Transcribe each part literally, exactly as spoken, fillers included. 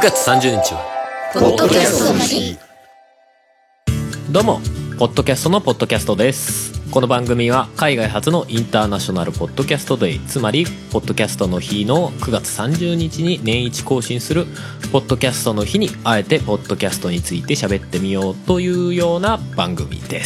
がつさんじゅうにちはポッドキャストの日。 どうもポッドキャストのポッドキャストです。この番組は海外初のインターナショナルポッドキャストデイ、つまりポッドキャストの日のくがつさんじゅうにちに年一更新するポッドキャストの日にあえてポッドキャストについて喋ってみようというような番組です。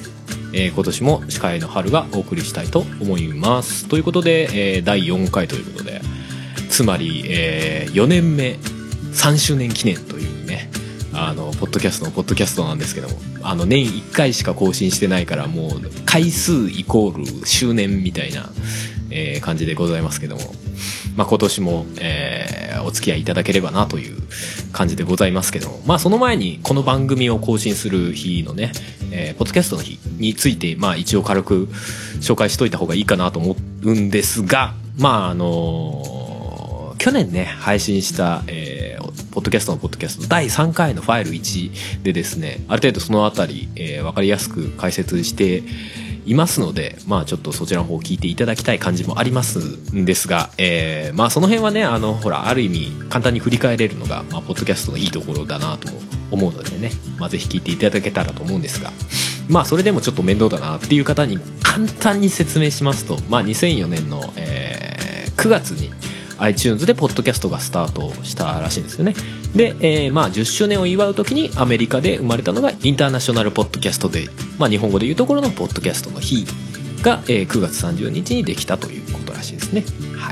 えー、今年も司会の春がお送りしたいと思います。ということで、えー、だいよんかいということで、つまり、えー、よねんめさんしゅうねん記念というね、あのポッドキャストのポッドキャストなんですけども、あの年いっかいしか更新してないから、もう回数イコール周年みたいな、えー、感じでございますけども、まあ、今年も、えー、お付き合いいただければなという感じでございますけども、まあ、その前にこの番組を更新する日のね、えー、ポッドキャストの日について、まあ、一応軽く紹介しといた方がいいかなと思うんですが、まああのー去年ね配信した、えー、ポッドキャストのポッドキャストだいさんかいのファイルいちでですね、ある程度そのあたり、えー、分かりやすく解説していますので、まあちょっとそちらの方を聞いていただきたい感じもありますんですが、えー、まあその辺はね、あのほらある意味簡単に振り返れるのが、まあ、ポッドキャストのいいところだなと思うのでね、まあ、ぜひ聞いていただけたらと思うんですが、まあそれでもちょっと面倒だなっていう方に簡単に説明しますと、まあにせんよねんの、えー、くがつにiTunes でポッドキャストがスタートしたらしいんですよね。で、えー、まあじゅっしゅうねんを祝う時にアメリカで生まれたのがインターナショナルポッドキャストデイ、まあ日本語でいうところのポッドキャストの日が、えー、くがつさんじゅうにちにできたということらしいですね。はい。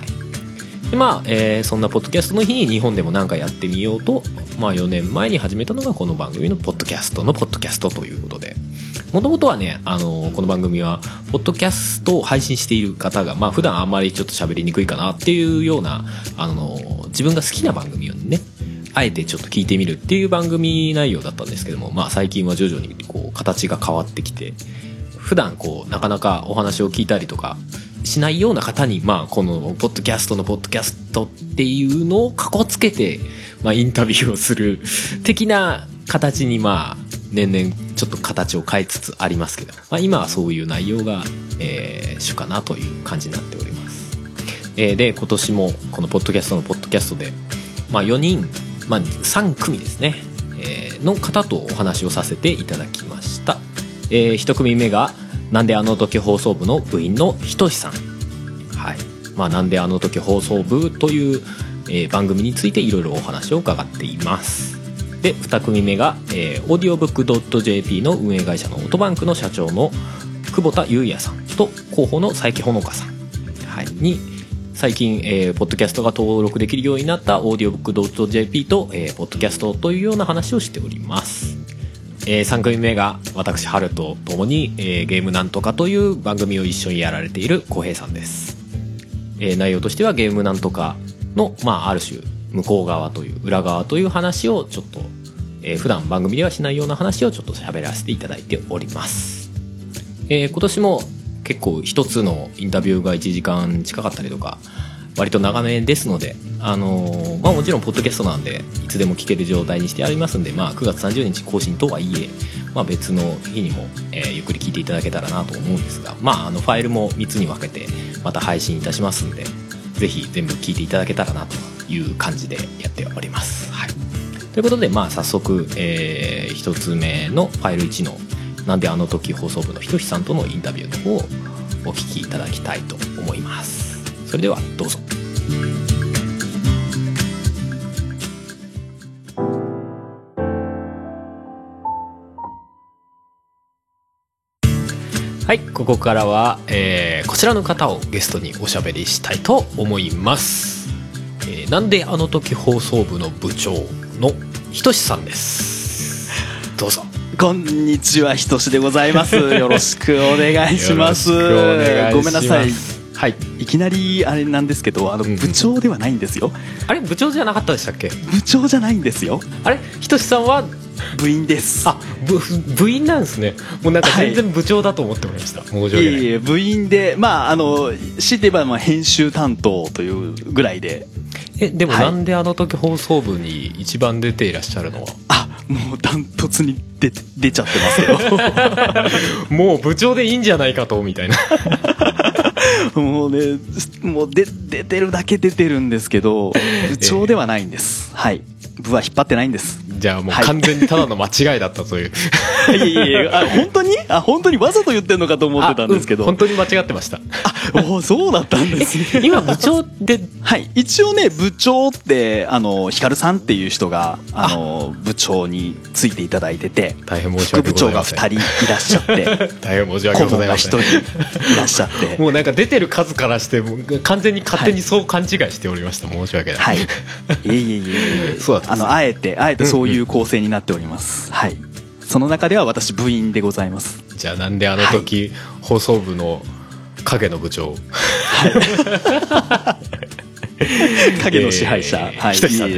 でまあ、えー、そんなポッドキャストの日に日本でも何かやってみようと、まあよねんまえに始めたのがこの番組のポッドキャストのポッドキャストということで、もともとはね、あのー、この番組はポッドキャストを配信している方が、まあ普段あんまりちょっと喋りにくいかなっていうような、あのー、自分が好きな番組をね、あえてちょっと聞いてみるっていう番組内容だったんですけども、まあ最近は徐々にこう形が変わってきて、普段こうなかなかお話を聞いたりとかしないような方に、まあこのポッドキャストのポッドキャストっていうのをかこつけて、まあインタビューをする的な形に、まあ年々ちょっと形を変えつつありますけど、まあ、今はそういう内容が、えー、主かなという感じになっております。えー、で今年もこのポッドキャストのポッドキャストで、まあ、よにん、まあ、さんくみですね、えー、の方とお話をさせていただきました。えー、ひとくみめがなんであの時放送部の部員のひとしさん、はいまあ、なんであの時放送部という、えー、番組についていろいろお話を伺っています。でにくみめが、えー、オーディオブックドットジェーピー の運営会社のオートバンクの社長の久保田裕也さんと広報の佐伯ほのかさん、はい、に最近、えー、ポッドキャストが登録できるようになったオーディオブックドットジェーピー と、えー、ポッドキャストというような話をしております。えー、さんくみめが私春とともに、えー、ゲームなんとかという番組を一緒にやられている小平さんです。えー、内容としてはゲームなんとかの、まあ、ある種向こう側という裏側という話をちょっと、えー、普段番組ではしないような話をちょっと喋らせていただいております。えー、今年も結構一つのインタビューがいちじかん近かったりとか割と長めですので、あのーまあ、もちろんポッドキャストなんでいつでも聞ける状態にしてありますんで、まあ、くがつさんじゅうにち更新とはいえ、まあ、別の日にも、えー、ゆっくり聞いていただけたらなと思うんですが、まあ、あのファイルもみっつに分けてまた配信いたしますんで、ぜひ全部聞いていただけたらなという感じでやっております。はい、ということで、まあ、早速、えー、ひとつめのファイルいちのなんであの時放送部のひとしさんとのインタビューの方をお聞きいただきたいと思います。それではどうぞ。はい、ここからは、えー、こちらの方をゲストにおしゃべりしたいと思います。えー、なんであの時放送部の部長のひとしさんです。どうぞ。 こんにちは、ひとしでございます。よろしくお願いします。 よろしくお願いします。 ごめんなさい。 はい、 いきなりあれなんですけど、あの部長ではないんですよ。 あれ部長じゃなかったでしたっけ？ 部長じゃないんですよ。 あれひとしさんは部員です。 あ、部部員なんですね。もうなんか全然部長だと思っておりました。申し訳ない。 いえいえ、部員で、まああの強いて言えばまあ編集担当というぐらいで。 えでもなんであの時放送部に一番出ていらっしゃるのは？ あ、もうダントツに出出ちゃってますけど。 もう部長でいいんじゃないかとみたいな。 もうね、もうで出てるだけ出てるんですけど、部長ではないんです。はい。 部は引っ張ってないんです。 じゃあもう完全にただの間違いだったという、 はい、いやいやいや、あ本当にあ本当にわざと言ってるのかと思ってたんですけど、 うん、本当に間違ってました。 あおそうだったんですね。 今部長ではい一応ね部長ってあのヒカルさんっていう人があの部長についていただいてて、 大変申し訳ございません。 副部長がふたりいらっしゃって大変申し訳ございません。 顧問がひとりいらっしゃってもうなんか出てる数からして完全に勝手にそう勘違いしておりました。申し訳ない。はい。いえいえいえいえ。そうだったんです。あのあえてあえてそういう構成になっております。うんうん、はい。その中では私部員でございます。 じゃあなんであの時、はい、放送部の影の部長。はい。影の支配者、えー、はい。ひとしさんです。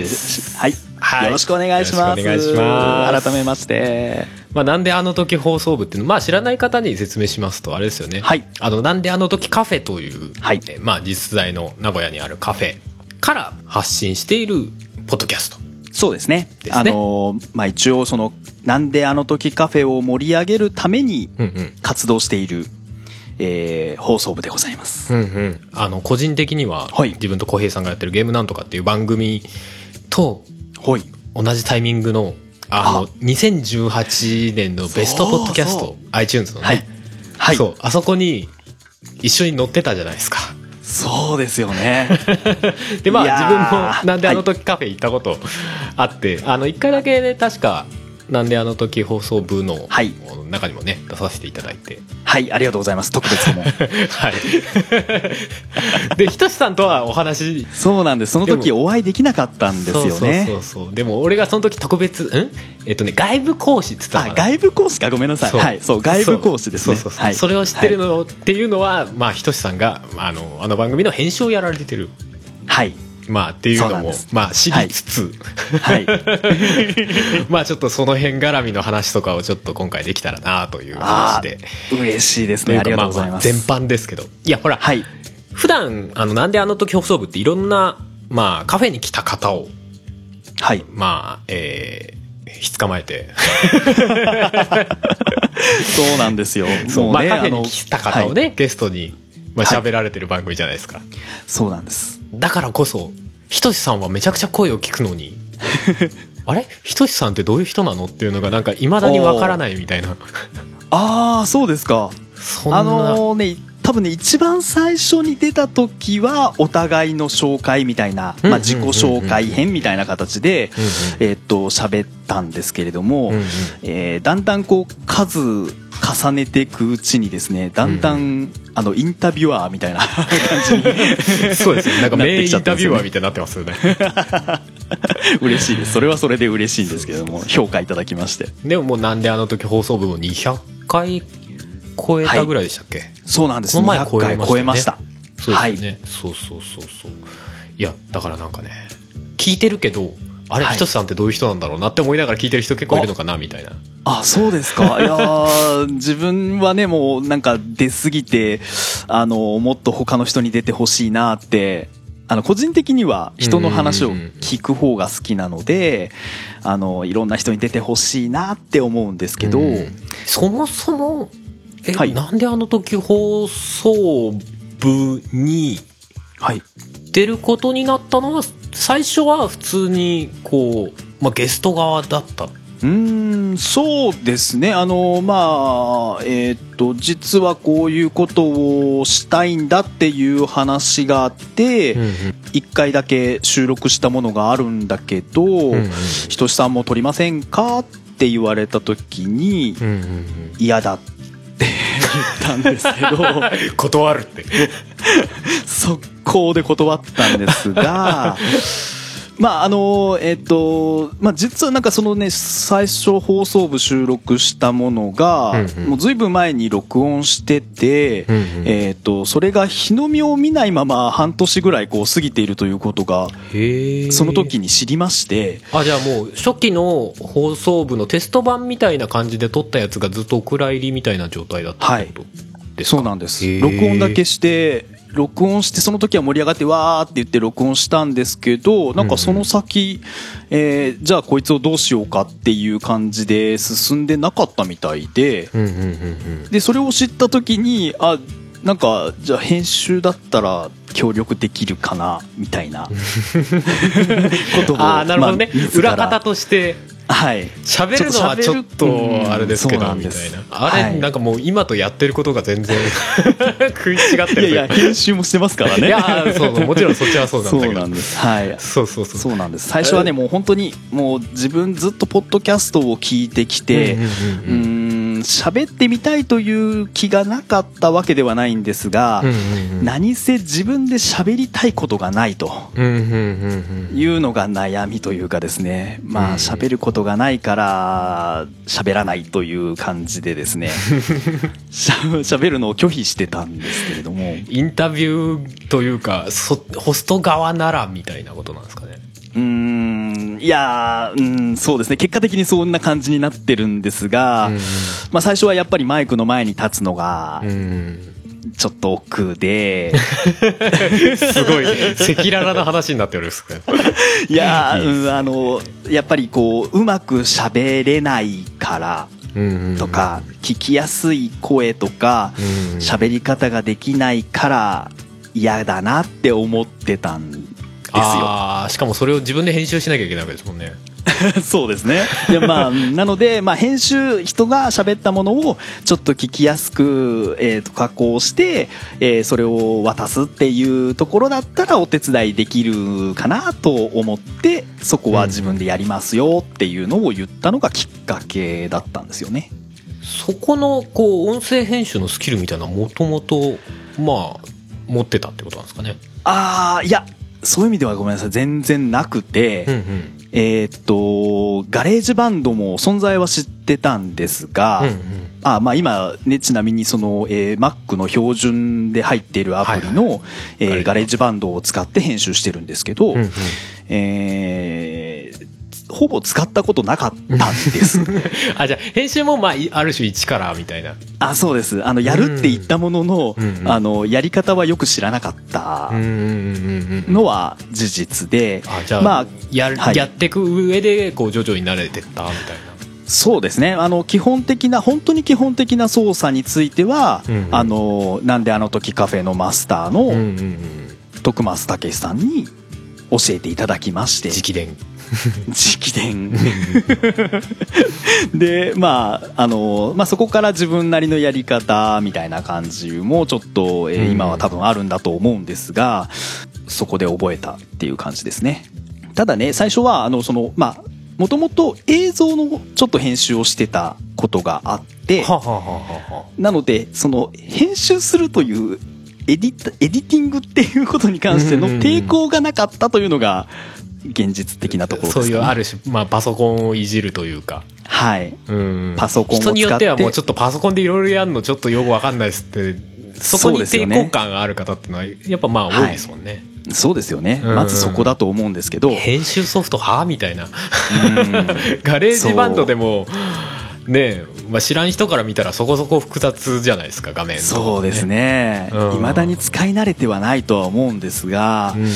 はい。はい、よろしくお願いします。 よろしくお願いします。 改めまして。 まあ、なんであの時放送部っていうの、まあ、知らない方に説明しますとあれですよね、 はい、 あのなんであの時カフェという、 はいまあ、実在の名古屋にあるカフェから発信しているポッドキャスト。 そうですね。 ですね。 あのまあ、一応そのなんであの時カフェを盛り上げるために活動している、うんうんえー、放送部でございます。 うんうん、あの個人的には、はい、自分と小平さんがやってるゲームなんとかっていう番組と、はい、同じタイミングのあのにせんじゅうはちねんのベストポッドキャスト iTunes のね、はいはい、そうあそこに一緒に載ってたじゃないですか。 そうですよね。 でまあ自分もなんであの時カフェ行ったことあって、はい、あのいっかいだけで確かなんであの時放送部の中にもね出させていただいて、 はいありがとうございます。特別もはいでひとしさんとはお話そうなんです。その時お会いできなかったんですよね。 そうそうそうそう。でも俺がその時特別んえっとね外部講師って言ったのかな。 あ外部講師かごめんなさい。はいそう外部講師ですね。 そうそうそう、はい、それを知ってるの、はい、っていうのはまあひとしさんがあのあの番組の編集をやられてる。 はいまあっていうのもまあ知りつつ、はいはい、まあちょっとその辺絡みの話とかをちょっと今回できたらなという話で。 嬉しいですね。ありがとうございます。 全般ですけど、いやほら、はい、普段あのなんであの時放送部っていろんなまあカフェに来た方を、はい、まあえー、ひつかまえてそうなんですよ。 そう、まあ、カフェに来た方をね、はい、ゲストにまあ喋られてる番組じゃないですか。 そうなんです。 だからこそひとしさんはめちゃくちゃ声を聞くのにあれひとしさんってどういう人なのっていうのがなんかいまだにわからないみたいな。 ああそうですか。 そんなあのー、ね多分ね一番最初に出た時はお互いの紹介みたいな、まあ、自己紹介編みたいな形でえっと喋ったんですけれども、うんうんえー、だんだんこう数重ねていくうちにですねだんだん、うん、あのインタビュアーみたいな感じにそうですねなんか名インタビュアーみたいになってますよね嬉しいです。それはそれで嬉しいんですけれども評価いただきまして。 でももうなんであの時放送部もにひゃっかい超えたぐらいでしたっけ、はい、 そうなんです。 この前超えましたね。 超えました。 そうですね、はい、そうそうそうそう。いやだからなんかね聞いてるけどあれ、はい、ひとしさんってどういう人なんだろうなって思いながら聞いてる人結構いるのかなみたいな。 あ、そうですか。いや自分はねもうなんか出過ぎてあのもっと他の人に出てほしいなってあの個人的には人の話を聞く方が好きなのであのいろんな人に出てほしいなって思うんですけど、 そもそもえ、はい、なんであの時放送部に出ることになったのは最初は普通にこう、まあ、ゲスト側だった。 うーんそうですね。あのまあえー、っと実はこういうことをしたいんだっていう話があって、うんうん、いっかいだけ収録したものがあるんだけど、うんうん、ひとしさんも撮りませんかって言われた時に、うんうんうん、嫌だって言ったんですけど断るって速攻で断ったんですがまああのえっとまあ実はなんかそのね最初放送部収録したものが、うんうん、もうずいぶん前に録音してて、うんうん、えっとそれが日の目を見ないまま半年ぐらいこう過ぎているということがその時に知りまして。 あじゃあもう初期の放送部のテスト版みたいな感じで撮ったやつがずっとお蔵入りみたいな状態だったってことですか。 そうなんです。録音だけして録音してその時は盛り上がってわーって言って録音したんですけどなんかその先、うんうんえー、じゃあこいつをどうしようかっていう感じで進んでなかったみたいで、うんうんうんうん、でそれを知った時にあなんかじゃあ編集だったら協力できるかなみたいなことをああなるほどね、まあ、裏方としてはい喋るのはちょっとあれですけど、うん、みたいなあれ、はい、なんかもう今とやってることが全然食い違ってる。 いやいや編集もしてますからね。 いやそうそうもちろんそっちはそうなんだけど。 そうなんです。はい。 そうそうそう。 そうなんです。最初はねもう本当にもう自分ずっとポッドキャストを聞いてきて、うん、うんうん、喋ってみたいという気がなかったわけではないんですが、うんうんうん、何せ自分で喋りたいことがないというのが悩みというかですね、まあ喋ることがないから喋らないという感じでですね喋るのを拒否してたんですけれども、 インタビューというかホスト側ならみたいなことなんですかね。 うーんいやーうんそうですね、結果的にそんな感じになってるんですが、うん、まあ、最初はやっぱりマイクの前に立つのがちょっと億劫で、 うん、すごい赤裸々な話になってるんですね。 いやー、うん、あのやっぱりこううまく喋れないからとか、聞きやすい声とか喋り方ができないから嫌だなって思ってたんですよ。 あーしかもそれを自分で編集しなきゃいけないわけですもんね。 そうですね。いや、まあ、なので、まあ、編集人が喋ったものをちょっと聞きやすく、えー、と加工して、えー、それを渡すっていうところだったらお手伝いできるかなと思って、そこは自分でやりますよっていうのを言ったのがきっかけだったんですよね。 そこのこう音声編集のスキルみたいなもともとまあ持ってたってことなんですかね。 ああ、いやそういう意味ではごめんなさい、全然なくて、うんうん、えー、っとガレージバンドも存在は知ってたんですが、うんうん、あまあ今ね、ちなみにその、えー、Mac の標準で入っているアプリの、はいはい、えー、ガレージバンドを使って編集してるんですけど、うんうん、えーほぼ使ったことなかったんですあ、じゃあ編集もまあある種一からみたいな。 あ、そうです。あのやるって言ったものの、うんうん、あのやり方はよく知らなかったのは事実で、 あ、じゃあ、まあ、や, はい、やっていく上でこう徐々に慣れてったみたいな。 そうですね。あの基本的な本当に基本的な操作については、うんうん、あのなんであの時カフェのマスターの徳増武さんに教えていただきまして、 直伝直伝で、まああのまあ、そこから自分なりのやり方みたいな感じもちょっと、えー、今は多分あるんだと思うんですが、そこで覚えたっていう感じですね。ただね、最初はあのそのまあもともと映像のちょっと編集をしてたことがあって、ははははなのでその編集するというエディタ、エディティングっていうことに関しての抵抗がなかったというのが現実的なところですかね。 そういうある種、まあ、パソコンをいじるというか、 はい、うん、パソコンを使って、人によってはもうちょっとパソコンでいろいろやるのちょっとよくわかんないですって、そこに抵抗感がある方っていうのはやっぱまあ多いですもんね。はい、 そうですよね、うん、まずそこだと思うんですけど、 編集ソフトはみたいな、うん、ガレージバンドでもねえ、まあ、知らん人から見たらそこそこ複雑じゃないですか、画面の、ね、 そうですね、いま、うん、だに使い慣れてはないとは思うんですが、うんうん、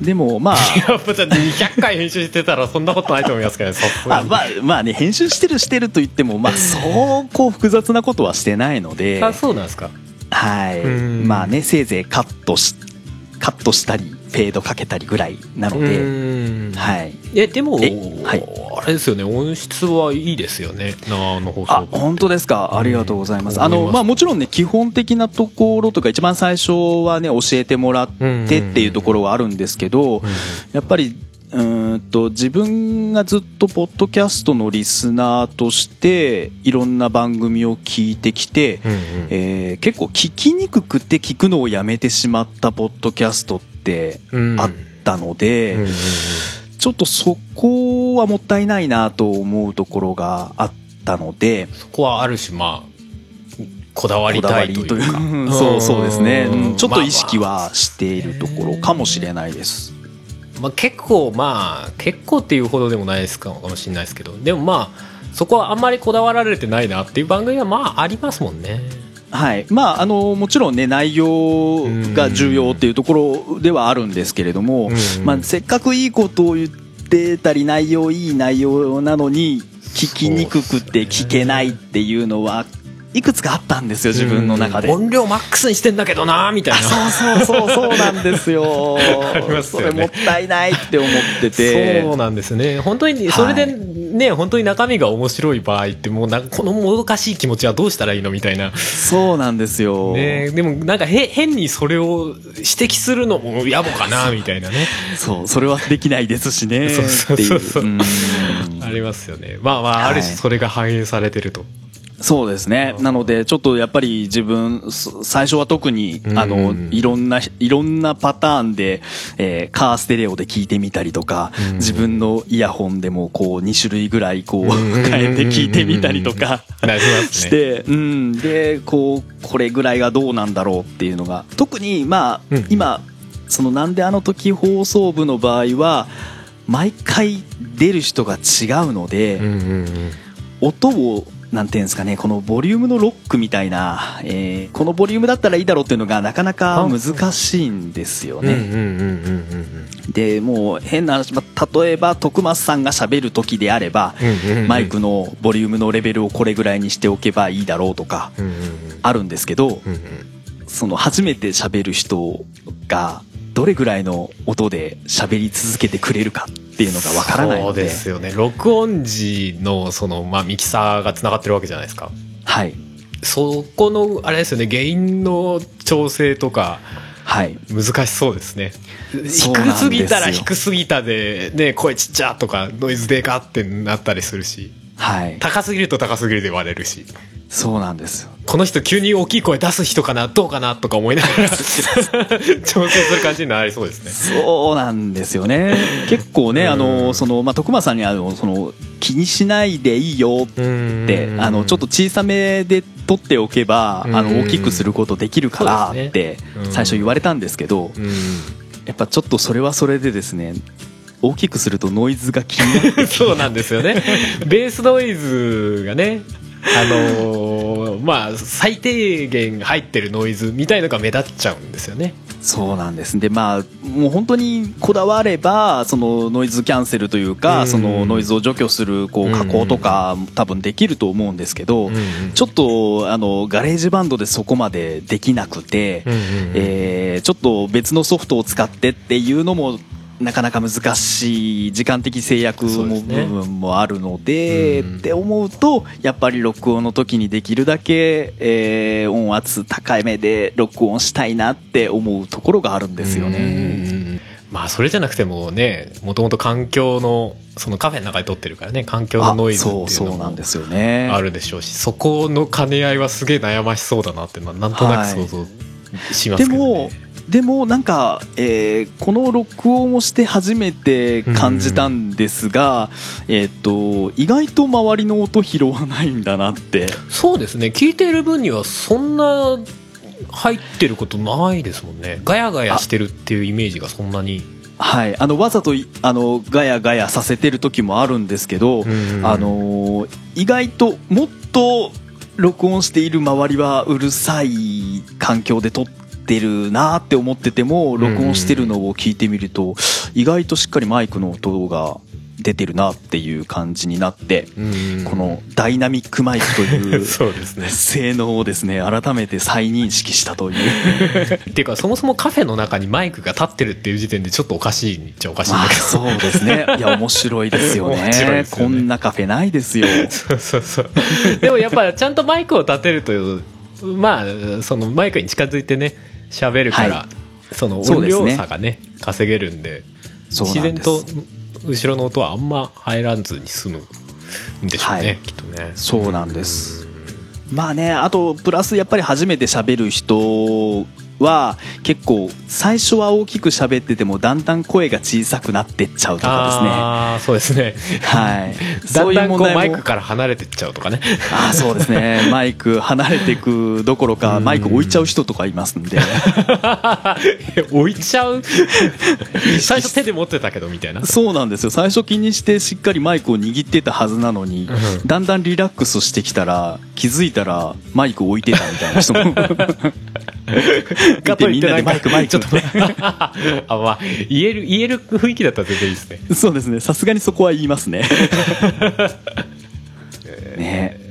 でもまあやっぱにひゃっかい編集してたらそんなことないと思いますけどね。 あ、まあ、まあね、編集してるしてると言っても、まあ、そうこう複雑なことはしてないのであ、そうなんですか。 はい、まあね、せいぜいカットしカットしたりフェードかけたりぐらいなので、はい、 えでもえ、はい、あれですよね、音質はいいですよね、あの放送。 あ、本当ですか、ありがとうございます。あの、まあ、もちろんね、基本的なところとか一番最初はね教えてもらってっていうところはあるんですけど、やっぱりうーんと自分がずっとポッドキャストのリスナーとしていろんな番組を聞いてきて、うんうん、えー、結構聞きにくくて聞くのをやめてしまったポッドキャストってあったので、うんうんうんうん、ちょっとそこはもったいないなと思うところがあったので、 そこはある種まあこだわりたいというかそうそうですね、うん、ちょっと意識はしているところかもしれないです。 まあ、結構まあ結構っていうほどでもないですかもしれないですけど、でもまあそこはあんまりこだわられてないなっていう番組はまあありますもんね。 はい、まああのもちろんね、内容が重要っていうところではあるんですけれども、まあ、せっかくいいことを言ってたり内容いい内容なのに聞きにくくて聞けないっていうのはいくつかあったんですよ自分の中で。 音量マックスにしてんだけどなみたいな。 そうそうそうそうなんですよ。 ありますよね。 それもったいないって思ってて。 そうなんですね。本当にそれでね、はい、本当に中身が面白い場合ってもうなこのもどかしい気持ちはどうしたらいいのみたいな。 そうなんですよ。 ね、でもなんかへ変にそれを指摘するのも野暮かなみたいなね。 そうそれはできないですしね。 そうそうそうそう。 っていうありますよね。まあまあある種それが反映されてると。 そうですね。なのでちょっとやっぱり自分最初は特にあのいろんないろんなパターンで、えー、カーステレオで聞いてみたりとか、自分のイヤホンでもこうに種類ぐらいこう変えて聞いてみたりとかして、うん、でこうこれぐらいがどうなんだろうっていうのが特にまあ今そのなんであの時放送部の場合は毎回出る人が違うので、音をなんていうんですかね、このボリュームのロックみたいな、えー、このボリュームだったらいいだろうっていうのがなかなか難しいんですよね。でもう変な話、まあ、例えば徳松さんが喋る時であれば、マイクのボリュームのレベルをこれぐらいにしておけばいいだろうとかあるんですけど、その初めて喋る人がどれぐらいの音で喋り続けてくれるかっていうのがわからないので。そうですよね。録音時のその、まあ、ミキサーがつながってるわけじゃないですか。 はい。 そこのあれですよね、原因の調整とか、はい、難しそうですね。低すぎたら低すぎたで、ね、声ちっちゃとかノイズでかってなったりするし、はい、高すぎると高すぎるで割れるし。 そうなんですよ。 この人急に大きい声出す人かなどうかなとか思いながら調整する感じになりそうですね。 そうなんですよね。結構ね、あのそのまあ徳間さんにあのその気にしないでいいよってあのちょっと小さめで撮っておけばあの大きくすることできるからって最初言われたんですけど、やっぱちょっとそれはそれでですね。大きくするとノイズが気になってそうなんですよね。ベースノイズがね、あのー、まあ最低限入ってるノイズみたいのが目立っちゃうんですよね。 そうなんです。でまあもう本当にこだわればそのノイズキャンセルというか、そのノイズを除去するこう加工とか多分できると思うんですけど、ちょっとあのガレージバンドでそこまでできなくて、えー、ちょっと別のソフトを使ってっていうのもなかなか難しい時間的制約も部分もあるので、ね、って思うとやっぱり録音の時にできるだけ、えー、音圧高めで録音したいなって思うところがあるんですよね。 まあそれじゃなくてもね、もともと環境のそのカフェの中で撮ってるからね、環境のノイズっていうのもあるでしょうし、そこの兼ね合いはすげえ悩ましそうだなってなんとなく想像しますけどね。 はい、でもでもなんか、えー、この録音をして初めて感じたんですが、えー、っと意外と周りの音拾わないんだなって。そうですね、 聞いている分にはそんな入ってることないですもんね。ガヤガヤしてるっていうイメージがそんなに。 はい、あのわざとあのガヤガヤさせてる時もあるんですけど、あの意外ともっと録音している周りはうるさい環境で撮っててるなって思ってても録音してるのを聞いてみると意外としっかりマイクの音が出てるなっていう感じになって、このダイナミックマイクという性能をですね改めて再認識したというっていうかそもそもカフェの中にマイクが立ってるっていう時点でちょっとおかしいっちゃおかしいんだけど、 まあ、そうですね。いや面白いですよ ね, ですよね。こんなカフェないですよ。 そうそうそうでもやっぱちゃんとマイクを立てるとまあそのマイクに近づいてね喋るから、はい、その音量差が ね, ね稼げるんで自然と後ろの音はあんま入らずに済むんでしょうね、はい、きっとね。 そうなんです。まあね、あとプラスやっぱり初めて喋る人は結構最初は大きく喋っててもだんだん声が小さくなってっちゃうとかですね。 ああそうですね。 はい。 だんだんこうマイクから離れてっちゃうとかね。 ああそうですね。マイク離れていくどころかマイク置いちゃう人とかいますんで。 置いちゃう。最初手で持ってたけどみたいな。 そうなんですよ。最初気にしてしっかりマイクを握ってたはずなのに、うん、だんだんリラックスしてきたら気づいたらマイク置いてたみたいな人も。 かといってなんかマイクマイクちょっとあ、まあ、言える言える雰囲気だったら全然いいですね。 そうですね、さすがにそこは言いますね。ね、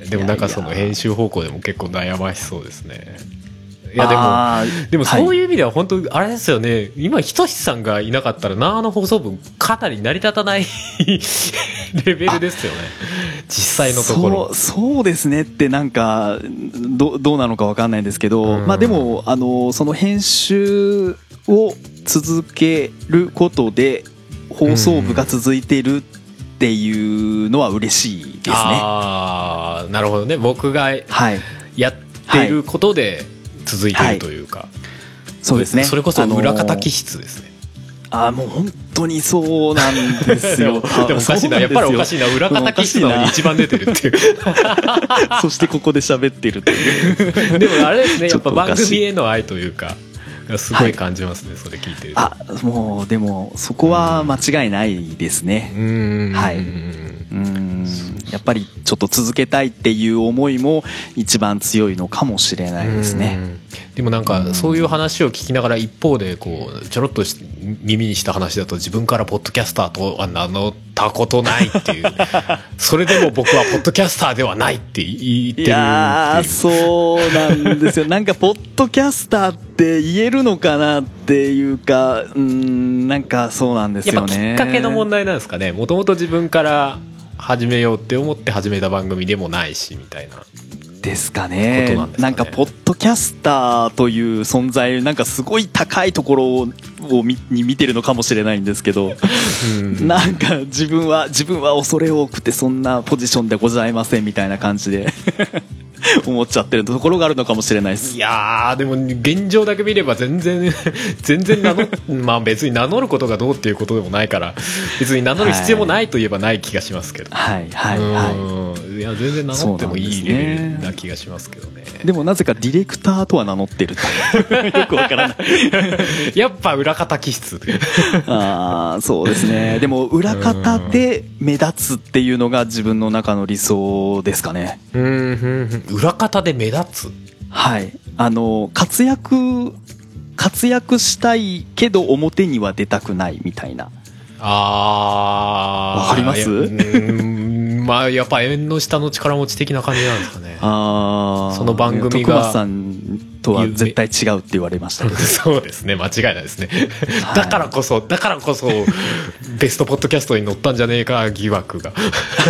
でもなんかその編集方向でも結構悩ましそうですね。いやでもでもそういう意味では本当あれですよね、今ひとしさんがいなかったらなあの放送部かなり成り立たないレベルですよね、実際のところ。 そうそうですねってなんか ど, どうなのか分かんないんですけど、まあでもあのその編集を続けることで放送部が続いているっていうのは嬉しいですね。 ああなるほどね、僕がやっていることで続いているというか、はい、 そうですね。 それこそ裏方気質ですね。 あーもう本当にそうなんですよ。 でもおかしいな、やっぱりおかしいな、裏方気質なのに一番出てるっていうそしてここで喋ってるっていうでもあれですね、やっぱ番組への愛というかすごい感じますね、はい、それ聞いてると。 あもうでもそこは間違いないですね。うん、はい、うんやっぱりちょっと続けたいっていう思いも一番強いのかもしれないですね。 でもなんかそういう話を聞きながら一方でこうちょろっと耳にした話だと、自分からポッドキャスターとは名乗ったことないっていうそれでも僕はポッドキャスターではないって言ってるっていう。いやそうなんですよなんかポッドキャスターって言えるのかなっていうか、うんなんかそうなんですよね。 やっぱきっかけの問題なんですかね。もともと自分から始めようって思って始めた番組でもないしみたいなですかね。なんですかね。なんかポッドキャスターという存在なんかすごい高いところを見に見てるのかもしれないんですけど、うん、なんか自分は自分は恐れ多くてそんなポジションでございませんみたいな感じで思っちゃってるところがあるのかもしれないです。 いやーでも現状だけ見れば全然全然名乗まあ別に名乗ることがどうっていうことでもないから別に名乗る必要もないといえばない気がしますけど、 はいはいはい、 いや全然名乗ってもいいレベルな気がしますけどね。 でもなぜかディレクターとは名乗ってるよくわからないやっぱ裏方気質あそうですね。でも裏方で目立つっていうのが自分の中の理想ですかね。 うんうん裏方で目立つ、 はいあの活躍活躍したいけど表には出たくないみたいな。 あーわかります？ うんまあやっぱ縁の下の力持ち的な感じなんですかね。 あその番組が徳松さんとは絶対違うって言われましたけどそうですね間違いないですね、はい、だからこそだからこそベストポッドキャストに載ったんじゃねえか疑惑が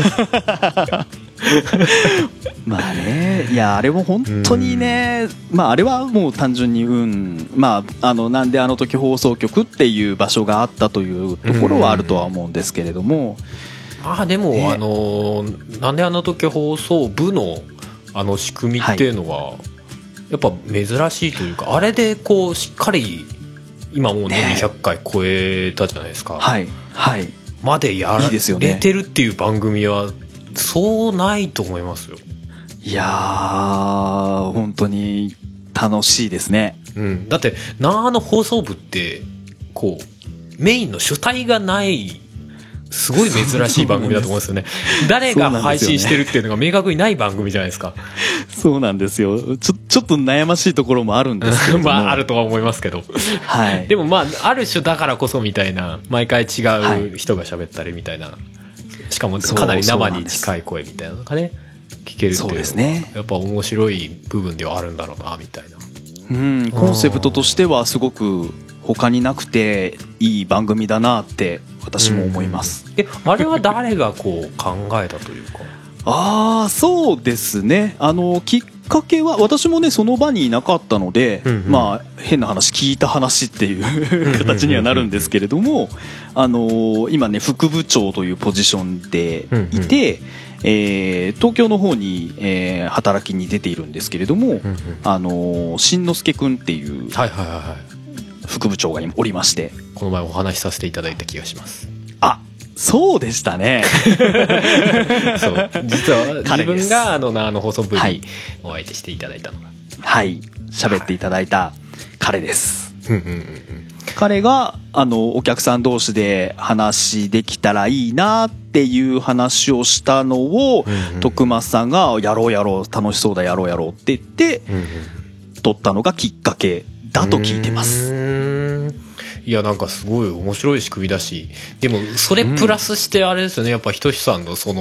まあねいやあれも本当にね、まああれはもう単純に運まああのなんであの時放送局っていう場所があったというところはあるとは思うんですけれども、 まあでも、ね、あのなんであの時放送部のあの仕組みっていうのは、はい、やっぱ珍しいというかあれでこうしっかり今もうねにひゃっかい超えたじゃないですか、ね、 はいはいまでやられてるっていう番組はそうないと思いますよ。 いやー本当に楽しいですね、 うん、だってなあの放送部ってこうメインの主体がないすごい珍しい番組だと思うんですよね。誰が配信してるっていうのが明確にない番組じゃないですか。 そうなんですよ。ちょちょっと悩ましいところもあるんですけどまああるとは思いますけど、はい、でもまあある種だからこそみたいな毎回違う人が喋ったりみたいな、はい、しかもかなり生に近い声みたいなのがね聞けるっていうのはねやっぱ面白い部分ではあるんだろうなみたいな。 うんコンセプトとしてはすごく他になくていい番組だなって私も思います。 えあれは誰がこう考えたというかああそうですねあのきっかけは私もねその場にいなかったので、うんうん、まあ変な話聞いた話っていう形にはなるんですけれどもあの今ね副部長というポジションでいて、うんうんえー、東京の方に、えー、働きに出ているんですけれども、うんうん、あのしんのすけくんっていう、はいはいはいはい副部長がおりましてこの前お話しさせていただいた気がします。 あそうでしたねそう実は自分があのあの放送部にお相手していただいたのがはい喋っていただいた彼です、はい、彼があのお客さん同士で話できたらいいなっていう話をしたのを、うんうん、徳松さんがやろうやろう楽しそうだやろうやろうって言って、うんうん、撮ったのがきっかけだと聞いてます。 いやなんかすごい面白い仕組みだしでもそれプラスしてあれですよねやっぱひとしさんのその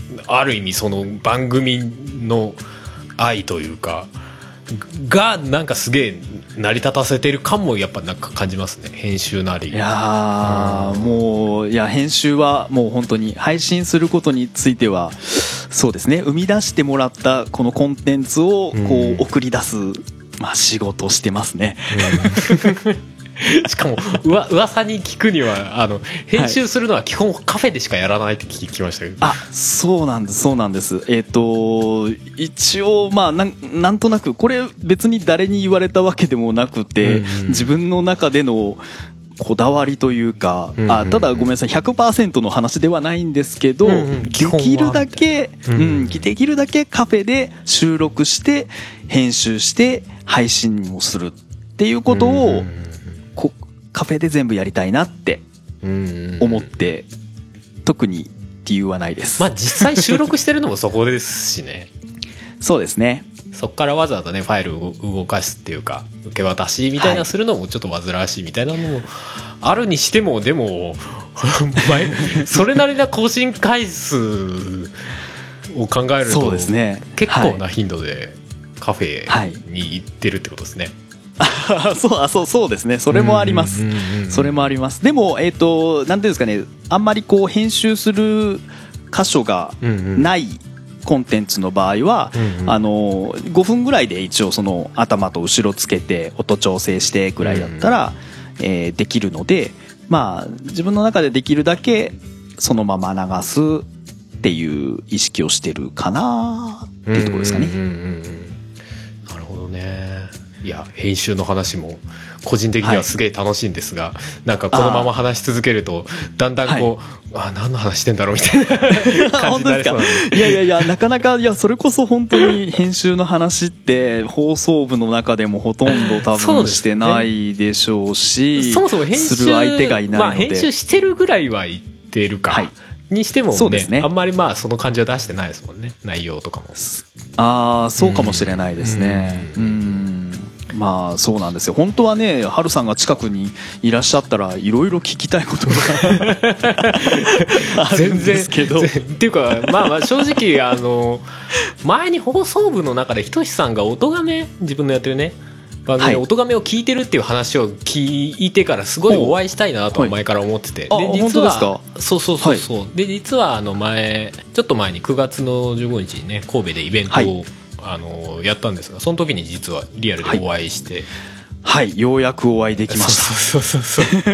ある意味その番組の愛というかがなんかすげえ成り立たせてる感もやっぱなんか感じますね、編集なり。 いやーもういや編集はもう本当に配信することについてはそうですね、生み出してもらったこのコンテンツをこう送り出す、まあ、仕事してますね、 うんしかもうわ噂に聞くにはあの編集するのは基本カフェでしかやらないって聞きましたけど、 はい、あそうなんですそうなんですえっ、ー、と一応まあなんなんとなくこれ別に誰に言われたわけでもなくて、うんうん、自分の中でのこだわりというか、うんうんうん、あただごめんなさい ひゃくパーセント の話ではないんですけど、うんうん、できるだけ、うんうん、できるだけカフェで収録して編集して配信をするっていうことを、うんうんうん、こカフェで全部やりたいなって思って、うんうん、特に理由はないです。 まあ実際収録してるのもそこですしねそうですね、 そこからわざわざねファイルを動かすっていうか受け渡しみたいなするのもちょっと煩わしいみたいなのもあるにしても、でもそれなりな更新回数を考えるとそうですね、 結構な頻度でカフェに行ってるってことですね、 はい、そうあそうそうですね、それもあります、それもあります。でもえっ、ー、となんていうんですかね、あんまりこう編集する箇所がない、うんうんコンテンツの場合は、うんうん、あのごふんぐらいで一応その頭と後ろつけて音調整してぐらいだったら、うんえー、できるので、まあ自分の中でできるだけそのまま流すっていう意識をしてるかなっていうところですかね。うんうんうんうん、 なるほどね。いや編集の話も個人的にはすげえ楽しいんですが、はい、なんかこのまま話し続けるとだんだんこう、はい、あ何の話してんだろうみたいな感じになりそうなんでいやいやいやなかなかいやそれこそ本当に編集の話って放送部の中でもほとんど多分してないでしょうし、 そもそも編集する相手がいないので、 まあ、編集してるぐらいは言ってるか、はい、にしても ね, ね, ねあんまりまあその感じは出してないですもんね、内容とかも。 ああそうかもしれないですね。うん、うんまあそうなんですよ。本当はね、ハルさんが近くにいらっしゃったらいろいろ聞きたいことがあるんですけど、 全然っていうかまあまあ正直あの前に放送部の中でひとしさんが音がめ自分のやってるね番組で音がめを聞いてるっていう話を聞いてからすごいお会いしたいなと前から思ってて、 はい、で実は本当ですか。そうそうそうそう、はい、で実はあの前ちょっと前にくがつのじゅうごにちにね神戸でイベントを、はいあのやったんですが、その時に実はリアルでお会いして、 はい、はい、ようやくお会いできました。 そうそうそうそう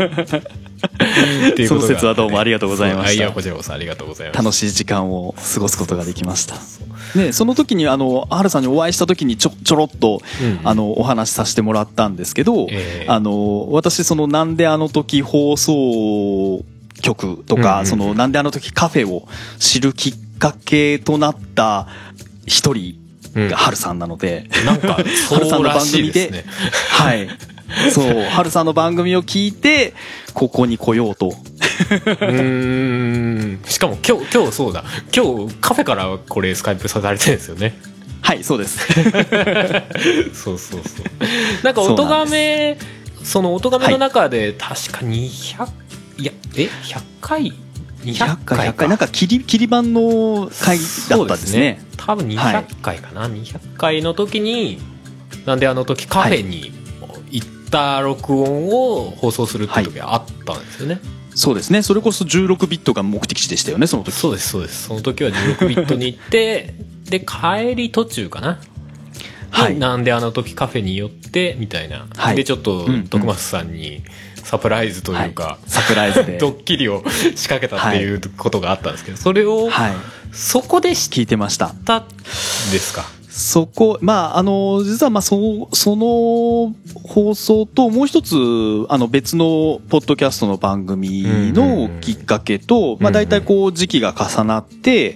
その説はどうもありがとうございました。 いやこちらこそありがとうございました。 楽しい時間を過ごすことができました。ね、その時にあのハルさんにお会いした時にちょちょろっと、うん、あのお話しさせてもらったんですけど、えー、あの私そのなんであの時放送局とか、うんうんうん、そのなんであの時カフェを知るきっかけとなった一人がハルさんなので、 うん、なんかそうらしいですね。 はいそうハルさんの番組を聞いてここに来ようとうーんしかも今日今日そうだ今日カフェからこれスカイプされてるんですよね。 はいそうですそうそうそうなんか音がめ そ, その音がめの中で確かにひゃく、いやえひゃっかいにひゃっかいかひゃっかいなんか切り切り版の回だったんですね。 多分にひゃっかいかな、はい、にひゃっかいの時になんであの時カフェに行った録音を放送するっていう時があったんですよね、はい、 そうですね。それこそじゅうろくビットが目的地でしたよねその時。 そうですそうです。その時はじゅうろくビットに行ってで帰り途中かな、はい、なんであの時カフェに寄ってみたいな、はい、でちょっと徳松さんにサプライズというか、はい、 サプライズでドッキリを仕掛けたっていうことがあったんですけど、それを、はい、そこで聞いてましたですか。 そこまああの実はまあそその放送ともう一つあの別のポッドキャストの番組のきっかけと、まあ大体こう時期が重なって、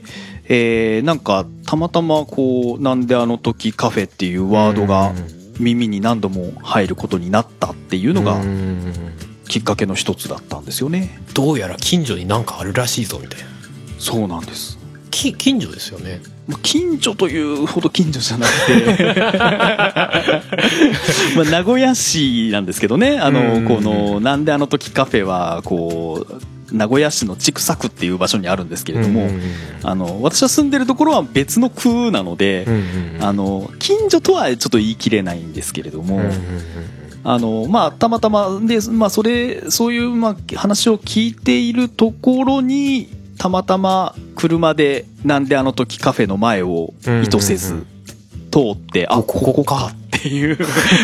えー、なんかたまたまこうなんであの時カフェっていうワードが耳に何度も入ることになったっていうのがきっかけの一つだったんですよね。 どうやら近所になんかあるらしいぞみたいな。 そうなんです。 き近所ですよね。 近所というほど近所じゃなくてまあ名古屋市なんですけどね、あのこのなんであの時カフェはこう名古屋市の千種区っていう場所にあるんですけれども、 うんうんうん、 あの私は住んでるところは別の区なので、うんうんうん、あの近所とはちょっと言い切れないんですけれども、うんうんうん、あのまあ、たまたまで、まあ、それそういう、まあ、話を聞いているところにたまたま車でなんであの時カフェの前を意図せず通って、うんうんうん、あここかっていう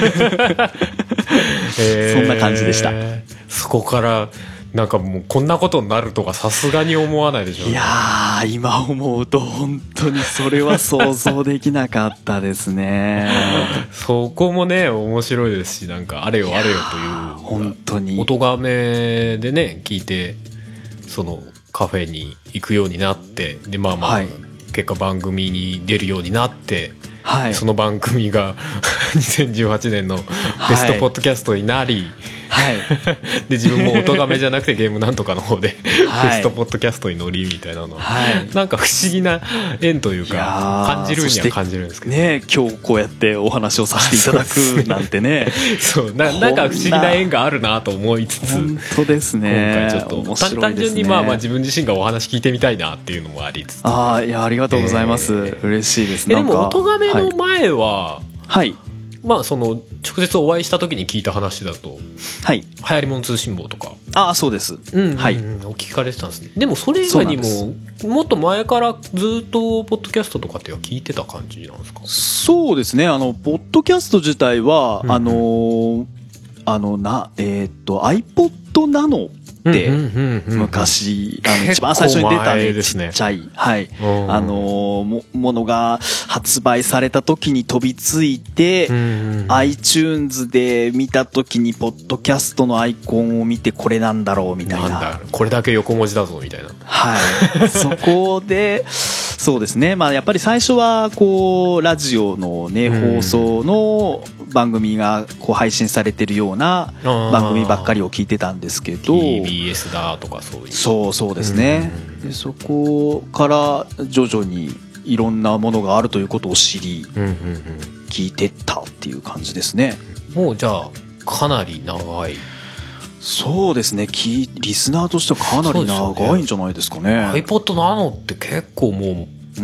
そんな感じでした。 そこからなんかもうこんなことになるとかさすがに思わないでしょうね。 いやー今思うと本当にそれは想像できなかったですねそこもね面白いですし、なんかあれよあれよという本当に音がめでね聞いてそのカフェに行くようになって、でまあまあ、はい、結果番組に出るようになって、はい、その番組がにせんじゅうはちねんのベストポッドキャストになり、はい、で自分も音がめじゃなくてゲームなんとかの方で、はい、ベストポッドキャストに乗りみたいなの、はい、なんか不思議な縁というか感じるには感じるんですけどね、今日こうやってお話をさせていただくなんてねそうな、なんか不思議な縁があるなと思いつつ、 本当ですね、 今回ちょっと面白いですね、単純にまあまあ自分自身がお話聞いてみたいなっていうのもありつつ、 ああいやありがとうございます、えー、嬉しいです。 えでも音がめの前は、 はい、 まあその直接お会いした時に聞いた話だと、はい、流行りもん通信簿とか、 ああそうです、 うんうんうん、はい、お聞かれてたんですね。でもそれ以外にももっと前からずっとポッドキャストとかっては聞いてた感じなんですか？ そうですね、あのポッドキャスト自体は、うん、あのあのなえー、っと iPod Nanoで昔あの一番最初に出たねちっちゃい、はい、あのもものが発売された時に飛びついて、iTunes で見た時にポッドキャストのアイコンを見てこれなんだろうみたいな、 なんだこれだけ横文字だぞみたいな、 はいそこでそうですね、まあやっぱり最初はこうラジオのね放送の番組がこう配信されてるような番組ばっかりを聞いてたんですけど、 ティービーエス だとかそういう、 そうそうですね、でそこから徐々にいろんなものがあるということを知り、うんうんうん、聞いてったっていう感じですね。 もうじゃあかなり長い。 そうですね、リスナーとしてはかなり長いんじゃないですかね。 iPod Nano って結構もう、うん、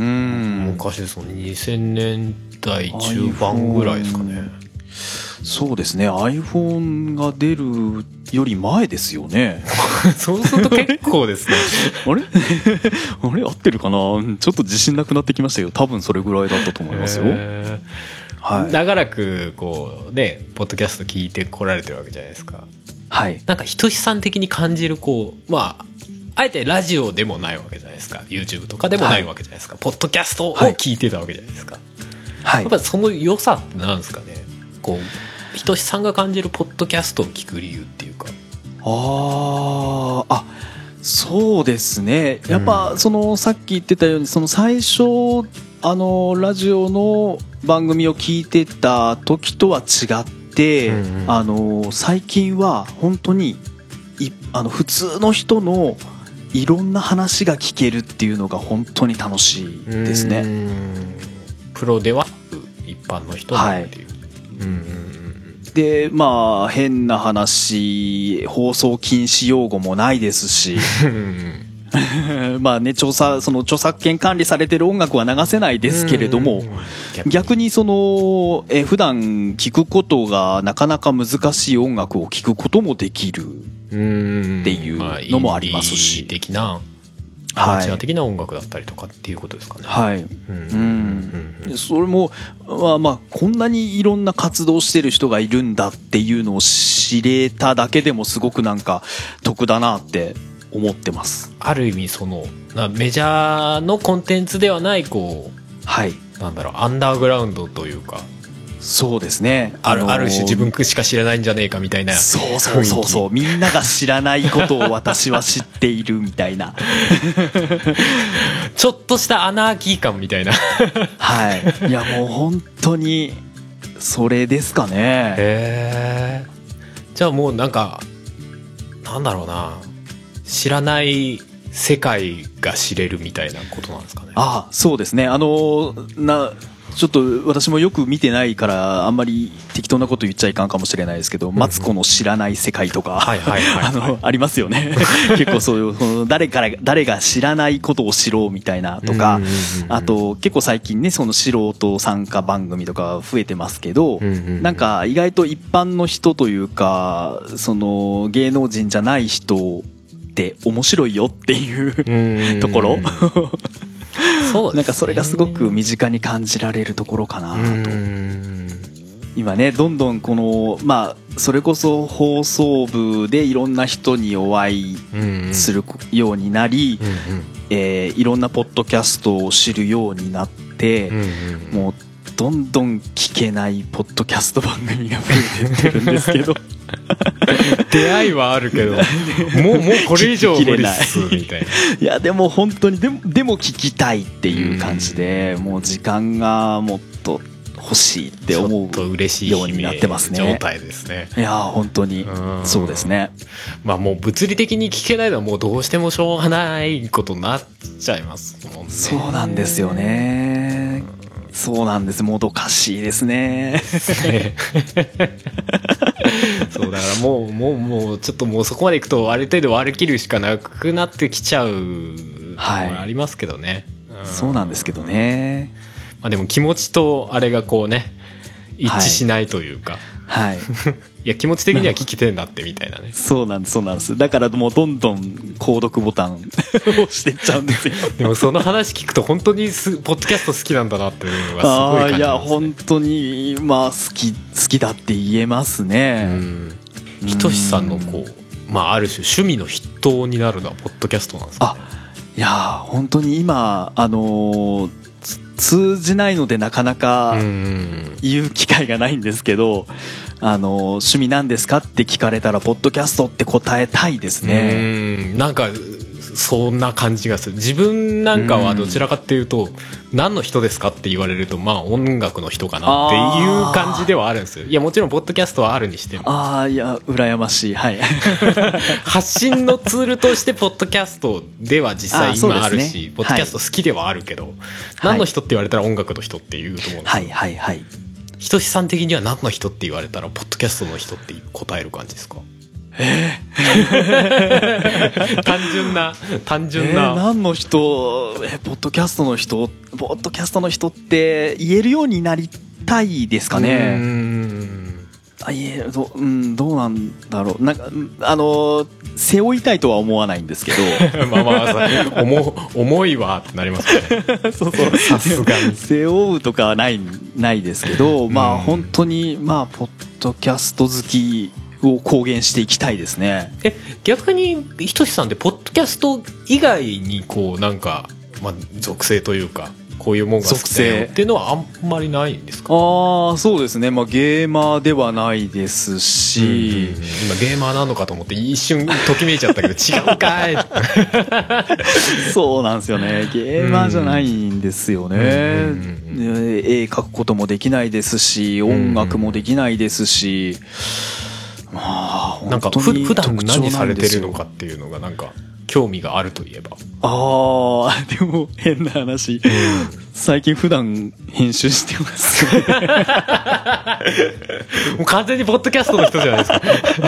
昔ですもんね、にせんねんだい中盤ぐらいですかね。 そうですね、 iPhone が出るより前ですよねそうすると結構ですねあれあれ合ってるかな、ちょっと自信なくなってきましたけど、多分それぐらいだったと思いますよ。 はい、長らくこうねポッドキャスト聞いてこられてるわけじゃないですか。はい、なんかひとしさん的に感じるこう、まああえてラジオでもないわけじゃないですか、 YouTube とかでもないわけじゃないですか、はい、ポッドキャストを聞いてたわけじゃないですか、はい、やっぱりその良さってなんですかね、こうひとしさんが感じるポッドキャストを聞く理由っていうか。 ああそうですね、やっぱそのさっき言ってたように、その最初あのラジオの番組を聞いてた時とは違って、うんうん、あの最近は本当にいあの普通の人のいろんな話が聞けるっていうのが本当に楽しいですね。 プロでは一般の人なんていう、はい、うんうん、 でまあ変な話放送禁止用語もないですしまあね、調査その著作権管理されてる音楽は流せないですけれども、逆にそのえ普段聞くことがなかなか難しい音楽を聞くこともできるっていうのもありますし、 インディー的なアマチュア的な音楽だったりとかっていうことですかね。 はい、うんうん、それもまあまあこんなにいろんな活動してる人がいるんだっていうのを知れただけでもすごくなんか得だなって思ってます。 ある意味そのメジャーのコンテンツではないこう、 はい、 なんだろうアンダーグラウンドというか、 そうですね、 ある、ある種自分しか知らないんじゃねえかみたいな、 そうそうそうそう、みんなが知らないことを私は知っているみたいなちょっとしたアナーキー感みたいなはい、いやもう本当にそれですかね。へえ。じゃあもうなんかなんだろうな、知らない世界が知れるみたいなことなんですかね。 ああそうですね、あのなちょっと私もよく見てないからあんまり適当なこと言っちゃいかんかもしれないですけど、マツコの知らない世界とかはいはいはいはいあのありますよね結構そういうその誰から誰が知らないことを知ろうみたいなとか、 うんうんうんうん、 あと結構最近ねその素人参加番組とか増えてますけど、 うんうんうん、 なんか意外と一般の人というかその芸能人じゃない人って面白いよっていうところそうですね、 なんかそれがすごく身近に感じられるところかなと。今ねどんどんこのまあそれこそ放送部でいろんな人にお会いするようになり、 うんうん、 えー、いろんなポッドキャストを知るようになって、うんうん、もうどんどん聞けないポッドキャスト番組が増えてってるんですけど出会いはあるけどもうもうこれ以上無理っすみたいな。 いやでも本当にでもでも聞きたいっていう感じで、もう時間がもっと欲しいって思うようになってますね。 状態ですね。 いや本当にそうですね。 まあもう物理的に聞けないのはもうどうしてもしょうがないことになっちゃいますもんね。 そうなんですよね。そうなんです。もどかしいですねそうだからもうもうもうちょっともうそこまでいくとある程度割り切るしかなくなってきちゃうのはありますけどね、 はい、うん、そうなんですけどね。 まあ、でも気持ちとあれがこうね一致しないというか、はい、はい、いや気持ち的には聞きてんだってみたいなねそうなんですそうなんです。だからもうどんどん購読ボタンを押していっちゃうんですよでもその話聞くと本当にすポッドキャスト好きなんだなっていうのがすごい感じますね。 あ、いや本当にまあ好き好きだって言えますね。 ひとしさんのこう、まあ、ある種趣味の筆頭になるのはポッドキャストなんですかね。 あ、いや本当に今あのー通じないのでなかなか言う機会がないんですけど、あの趣味なんですかって聞かれたらポッドキャストって答えたいですね。 うん、なんかそんな感じがする。自分なんかはどちらかっていうと何の人ですかって言われるとまあ音楽の人かなっていう感じではあるんですよ。いやもちろんポッドキャストはあるにしても、 ああいや羨ましい、はい発信のツールとしてポッドキャストでは実際今あるし、ね、ポッドキャスト好きではあるけど、はい、何の人って言われたら音楽の人って言うと思うんですよ。 はいはいはい。 ひとしさん的には何の人って言われたらポッドキャストの人って答える感じですか？ えー、単純な単純な、 えー、何の人、えポッドキャストの人ポッドキャストの人って言えるようになりたいですかね。うーん、あいえ ど,、うん、どうなんだろう。なんかあの背負いたいとは思わないんですけどまあまあ重, 重いわってなりますねそうそうさすがに背負うとかはないないですけど、まあ本当にまあポッドキャスト好きを公言していきたいですね。 え逆にひとしさんってポッドキャスト以外にこうなんか、まあ、属性というかこういうもんが好きだよっていうのはあんまりないんですか？ ああそうですね、まあ、ゲーマーではないですし、うんうんうん、 今ゲーマーなのかと思って一瞬ときめいちゃったけど違うかいそうなんですよね、ゲーマーじゃないんですよね、うんうんうん、絵描くこともできないですし音楽もできないですし、まあ、 なんか普段何されてるのかっていうのがなんか興味があるといえば、 ああでも変な話、うん、最近普段編集してますもう完全にポッドキャストの人じゃないですか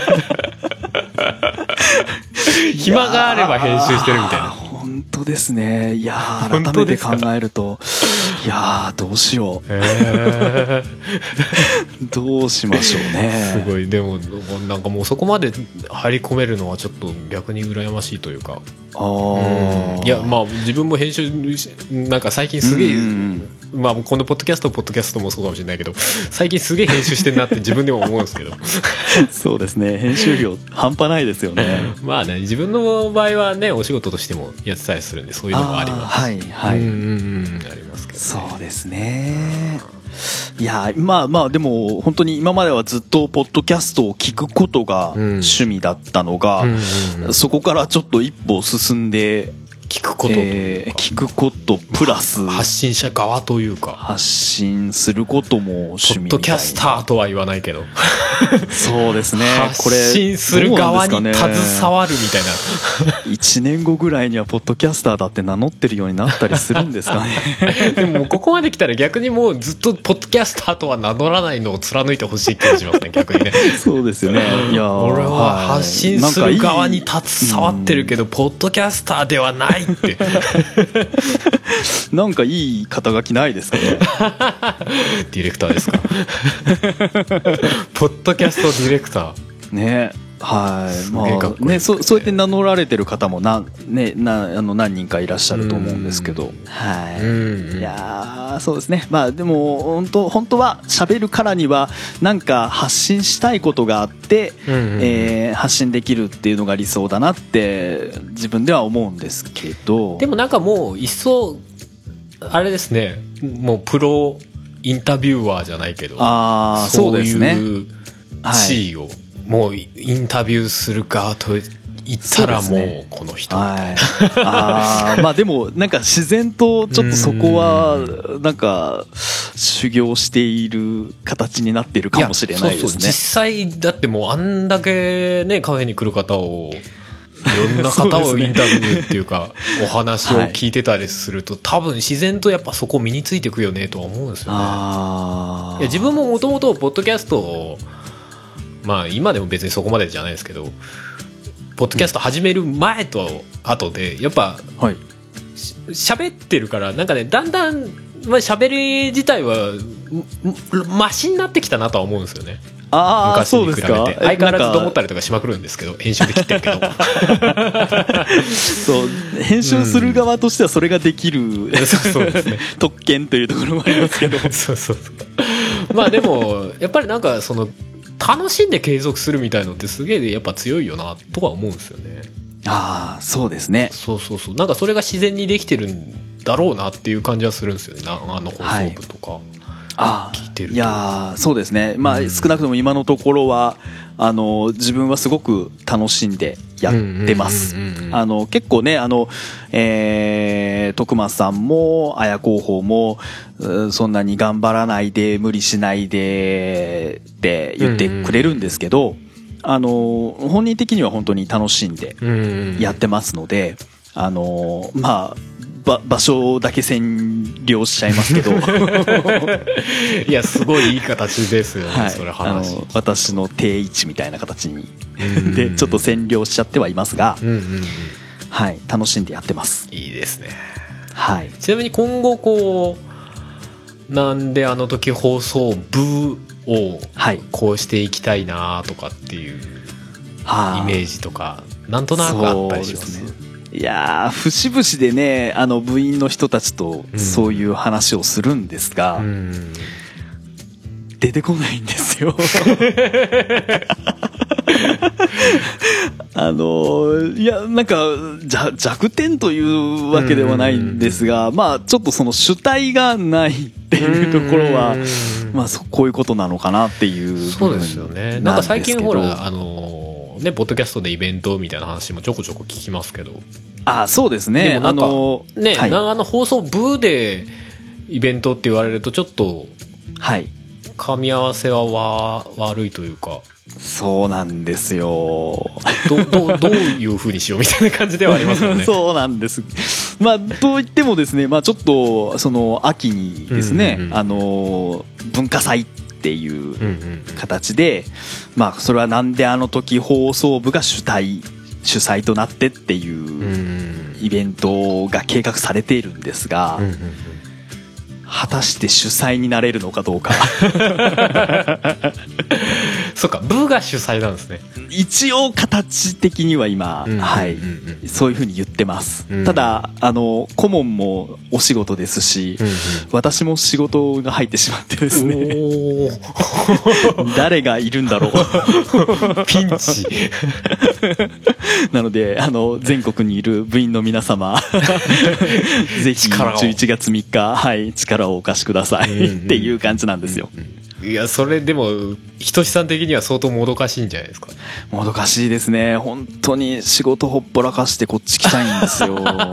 暇があれば編集してるみたいな。 本当ですね。いや改めて考えるといやどうしよう、えー、どうしましょうね。 すごい。でもなんかもうそこまで入り込めるのはちょっと逆に羨ましいというか、あ、うん、いやまあ自分も編集なんか最近すげえ、うん、まあこのポッドキャストポッドキャストもそうかもしれないけど最近すげえ編集してるなって自分でも思うんですけどそうですね、編集量半端ないですよねまあね、自分の場合はねお仕事としてもやってたりするんでそういうのもあります。 はいはい、うんうんありますけど、ね、そうですね。いやまあまあでも本当に今まではずっとポッドキャストを聞くことが趣味だったのが、うんうんうんうん、そこからちょっと一歩進んで聞くことというか、 えー聞くことプラス発信者側というか、 発信することも趣味みたいな。 ポッドキャスターとは言わないけどそうですね。これ発信する側にどうなんですかね携わるみたいないちねんごぐらいにはポッドキャスターだって名乗ってるようになったりするんですかね。 でももうここまで来たら逆にもうずっとポッドキャスターとは名乗らないのを貫いてほしい気がしますね、逆にね。 そうですよね。いや俺は発信する側に携わってるけど、 どポッドキャスターではないってなんかいい肩書きないですかね。 ディレクターですかポッドキャストディレクターね。はい。 すげえかっこいいですねまあね、そそうやって名乗られてる方もな、ね、なあの何人かいらっしゃると思うんですけど、はい。 うんいやーそうですね。まあでも本当本当は喋るからにはなんか発信したいことがあって、 うんうんうんえー発信できるっていうのが理想だなって自分では思うんですけど。 でもなんかもう一層あれですね、もうプロインタビュアーじゃないけど、 ああそそううですね。 いう地位をもうインタビューする側と言ったらもうこの人みたいな、 はい、あーまあでもなんか自然とちょっとそこはなんか修行している形になっているかもしれないですね。 そうそう、実際だってもうあんだけねカフェに来る方をいろんな方をインタビューっていうかお話を聞いてたりすると、多分自然とやっぱそこ身についていくよねとは思うんですよね。 あいや自分ももともとポッドキャストをまあ今でも別にそこまでじゃないですけど、ポッドキャスト始める前と後でやっぱはい。 喋ってるからなんかね、だんだんまあ喋り自体はマシになってきたなとは思うんですよね。 ああ、 昔に比べてそうですか。 相変わらずと思ったり。 りとかしまくるんですけど、編集で切ってるけどそう、編集する側としてはそれができる、 そうそうですね特権というところもありますけど。 そうそうそうまあでもやっぱりなんかその楽しんで継続するみたいのってすげえやっぱ強いよなとは思うんですよね。 ああ、そうですね。 そうそうそう、なんかそれが自然にできてるんだろうなっていう感じはするんですよね、なあの放送部とか、 あ聞いてるといやーそうですね。まあ、 うん少なくとも今のところはあの自分はすごく楽しんでやってますうんうんうんうん。 あの結構ねあの、えー、徳松さんも綾広報もうそんなに頑張らないで無理しないでって言ってくれるんですけど、あの本人的には本当に楽しんでうんうんやってますので、あのまあば場所だけ占領しちゃいますけどいやすごいいい形ですよね、 はい、 それあ話。 の私の定位置みたいな形にうんでちょっと占領しちゃってはいますが、 うんうんうん、 はい、楽しんでやってます。 いいですね。 はい、 ちなみに今後こうなんであの時放送部をはい、 こうしていきたいなとかっていうイはあメージとかなんとなくあったりします。 そうですね。いやー節々でねあの部員の人たちとそういう話をするんですが、 うん出てこないんですよあのいやなんかじゃ弱点というわけではないんですが、まあちょっとその主体がないっていうところはうんまあそこういうことなのかなっていうそうで部分すよね。 ななんかんですけど。 最近ほらあのねポッドキャストでイベントみたいな話もちょこちょこ聞きますけど、 あそうですね。 でもなんかあのね、 はい、 なあの放送部でイベントって言われるとちょっとはい、 噛み合わせはわ悪いというか、 そうなんですよ。 どどどういう風にしようみたいな感じではありますよね。 そうなんです。まあといってもですね、まあちょっとその秋にですね、 うんうんうんあの文化祭っていううんうん形で、まあそれはなんであの時放送部が主体主催となってっていうんううんイベントが計画されているんですが、 うんうんうん果たして主催になれるのかどうか。 そっか、部が主催なんですね。 一応形的には今、 うんはい、 うんうんうんそういうふうに言ってます。 うんただあの顧問もお仕事ですし、 うんうん私も仕事が入ってしまってですね、 おー誰がいるんだろう。 ピンチ。 なのであの全国にいる部員の皆様ぜひ力をじゅういちがつみっか、はい、力をお貸しくださいうんうんっていう感じなんですよ。 うんうんいやそれでもひとしさん的には相当もどかしいんじゃないですか。 もどかしいですね。本当に仕事ほっぽらかしてこっち来たいんですよ。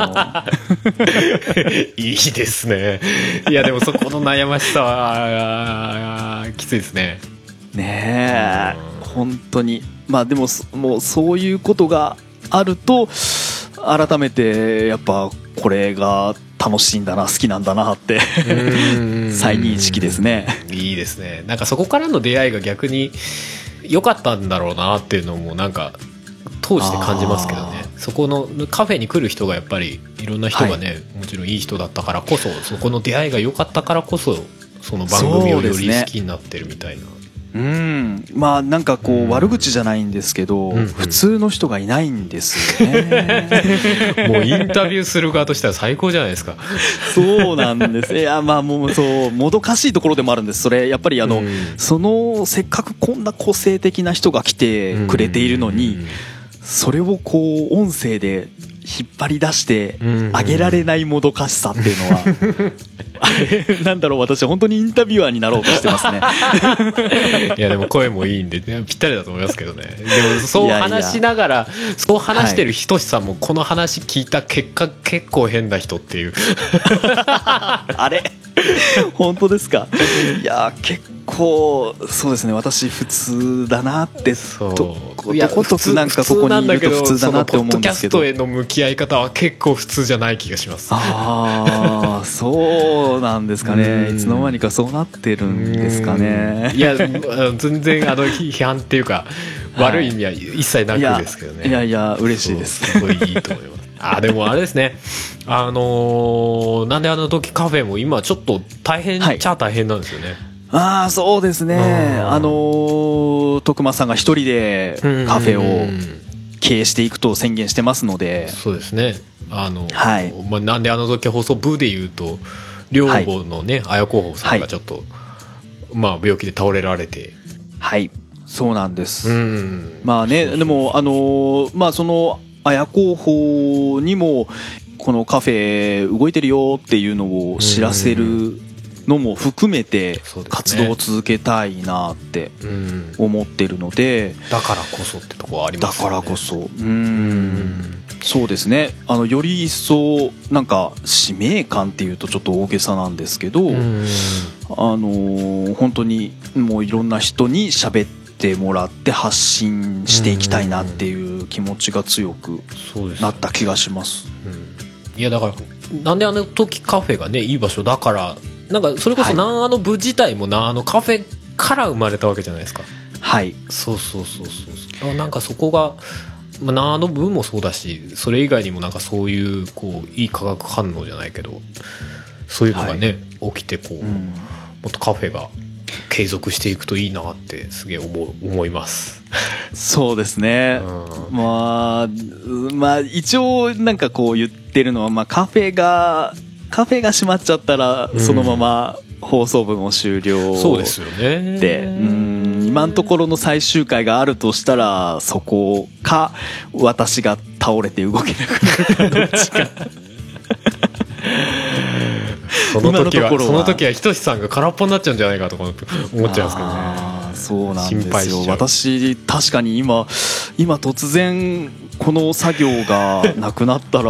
いいですね。いやでもそこの悩ましさはきついですね。 ねえ、本当に。まあでももうそういうことがあると改めてやっぱこれが楽しいんだな、好きなんだなって再認識ですね。 いいですね。なんかそこからの出会いが逆に良かったんだろうなっていうのもなんか通して感じますけどね。そこのカフェに来る人がやっぱりいろんな人がね、はい、もちろんいい人だったからこそ、そこの出会いが良かったからこそその番組をより好きになってるみたいな。 うん、まあなんかこう、うん、悪口じゃないんですけど、うんうん、普通の人がいないんですよね。 もうインタビューする側としては最高じゃないですか。 そうなんです。いやまあもうそうもどかしいところでもあるんです。それやっぱりあの、うん、そのせっかくこんな個性的な人が来てくれているのに、うん、それをこう音声で引っ張り出してあげられないもどかしさっていうのは、うんうん、あれなんだろう、私本当にインタビュアーになろうとしてますね。 いやでも声もいいんでぴったりだと思いますけどね。でもそう話しながら、いやいやそう話してるひとしさんもこの話聞いた結果結構変な人っていう。 あれ本当ですか。いや結構そうですね、私普通だなってそうとことくなんかそこにいると普通だなって思うんですけど、 ポッドキャストへの向き合い方は結構普通じゃない気がします。 ああそうなんですかね。いつの間にかそうなってるんですかね。 いや全然あの批判っていうか悪い意味は一切なくですけどね。 いやいや嬉しいです。 すごいいいと思います。あでもあれですね、あのー、なんであの時カフェも今ちょっと大変っちゃ大変なんですよね。 はい、ああそうですね。あのー、徳間さんが一人でカフェを経営していくと宣言してますので。 そうですね。あの、 はいまあ、なんであの時放送部でいうと寮母のね、はい、綾候補さんがちょっと、はい、まあ病気で倒れられて。 はいそうなんです。うんまあね、でもあのー、まあその綾候補にもこのカフェ動いてるよっていうのを知らせるのも含めて活動を続けたいなって思ってるので、 だからこそってとこはありますよね。 だからこそうんそうですね、あのより一層なんか使命感っていうとちょっと大げさなんですけど、あの本当にもういろんな人に喋ってもらって発信していきたいなっていう気持ちが強くなった気がします。 うん、いやだからなんであの時カフェがねいい場所だからなんかそれこそ南アの部自体も南アのカフェから生まれたわけじゃないですか。 はいそうそうそうそうなんかそこが、まあ、南アの部もそうだしそれ以外にもなんかそういうこういい化学反応じゃないけどそういうのがね、はい、起きてこう、うん、もっとカフェが継続していくといいなってすげえ思う思います。 そうですね、うん、まあまあ一応なんかこう言ってるのは、まあ、カフェがカフェが閉まっちゃったらそのまま放送分も終了、うん、 そうですよね。 でうん今のところの最終回があるとしたらそこか私が倒れて動けなくなるかどっちか。 その時はその時はひとしさんが空っぽになっちゃうんじゃないかとか思っちゃうんですけどね。 あそうなんですよ。私確かに今今突然この作業がなくなったら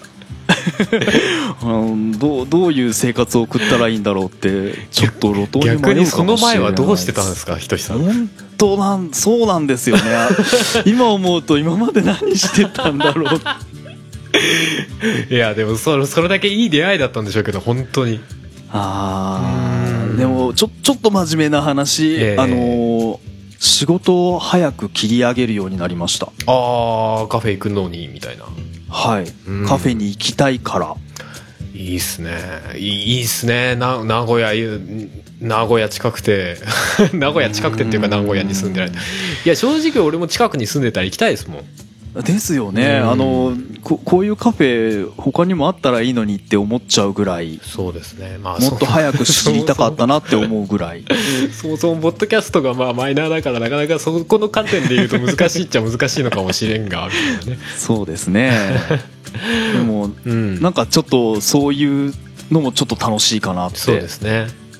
うん、どうどういう生活を送ったらいいんだろうってちょっと路頭に迷うかもしれない。逆にその前はどうしてたんですかひとしさん。 本当なんそうなんですよね。今思うと今まで何してたんだろう。 いやでもそれ、それだけいい出会いだったんでしょうけど本当に。 あでもちょちょっと真面目な話、えー、あの仕事を早く切り上げるようになりました。 ああカフェ行くのにみたいな。 はい、カフェに行きたいから。 いいっすねいい、いいっすねな名古屋名古屋近くて名古屋近くてっていうか名古屋に住んでない。いや正直俺も近くに住んでたら行きたいですもん。 ですよね、あの こ, こういうカフェ他にもあったらいいのにって思っちゃうぐらい。 そうですね、まあ、 もっと早く知りたかったなって思うぐらい。 そもそもポッドキャストがまあマイナーだからなかなかそこの観点で言うと難しいっちゃ難しいのかもしれんが、ね、 そうですね。でも、うん、なんかちょっとそういうのもちょっと楽しいかなって。 そうですね。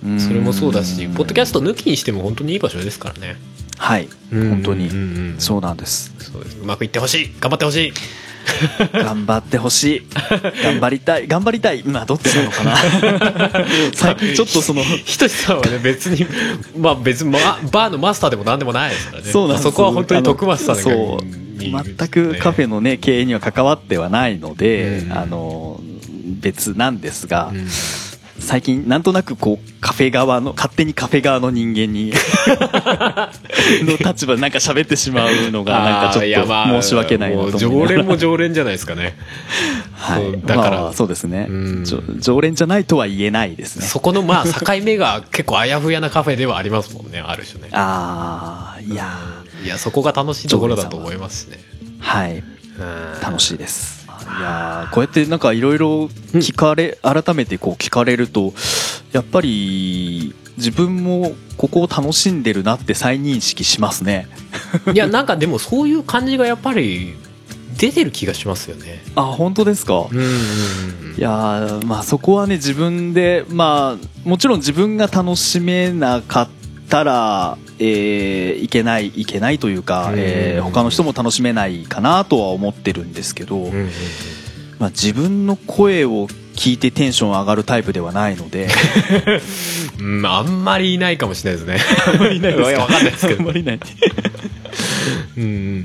それもそうだし、ポッドキャスト抜きにしても本当にいい場所ですからね。 はい、本当に、 うんうんうんうん、 そうなんです。 そうです。うまくいってほしい、頑張ってほしい頑張ってほしい、頑張りたい、頑張りたい、まあどっちなのかな最近ちょっとそのひとしさんはね、別にまあ別に、ま、バーのマスターでもなんでもないですからね。 そうなんです。 そこは本当に徳松さんがそう全くカフェのね経営には関わってはないので、うん、あの別なんですが、うん、最近なんとなくこうカフェ側の勝手にカフェ側の人間にの立場でなんか喋ってしまうのがなんかちょっと申し訳ないなと思いながら、 常連も常連じゃないですかね。 はい、だから、まあ、そうですね、うん、常連じゃないとは言えないですね。 そこのまあ境目が結構あやふやなカフェではありますもんね、ある種ね。 ああ、いやいや、そこが楽しいところだと思いますしね。 はい、楽しいです。いやこうやってなんかいろいろ聞かれ、うん、改めてこう聞かれるとやっぱり自分もここを楽しんでるなって再認識しますね。 いや、なんかでもそういう感じがやっぱり出てる気がしますよね。 あ、本当ですか。うんうんうん、いやまあそこはね自分でまあもちろん自分が楽しめなかったら、えー、いけないいけないというか、えー、他の人も楽しめないかなとは思ってるんですけど、うんうんうん、まあ、自分の声を聞いてテンション上がるタイプではないので、 うん、あんまりいないかもしれないですね。あんまりいないですか。わかんないですけど。あんまりいない。うん、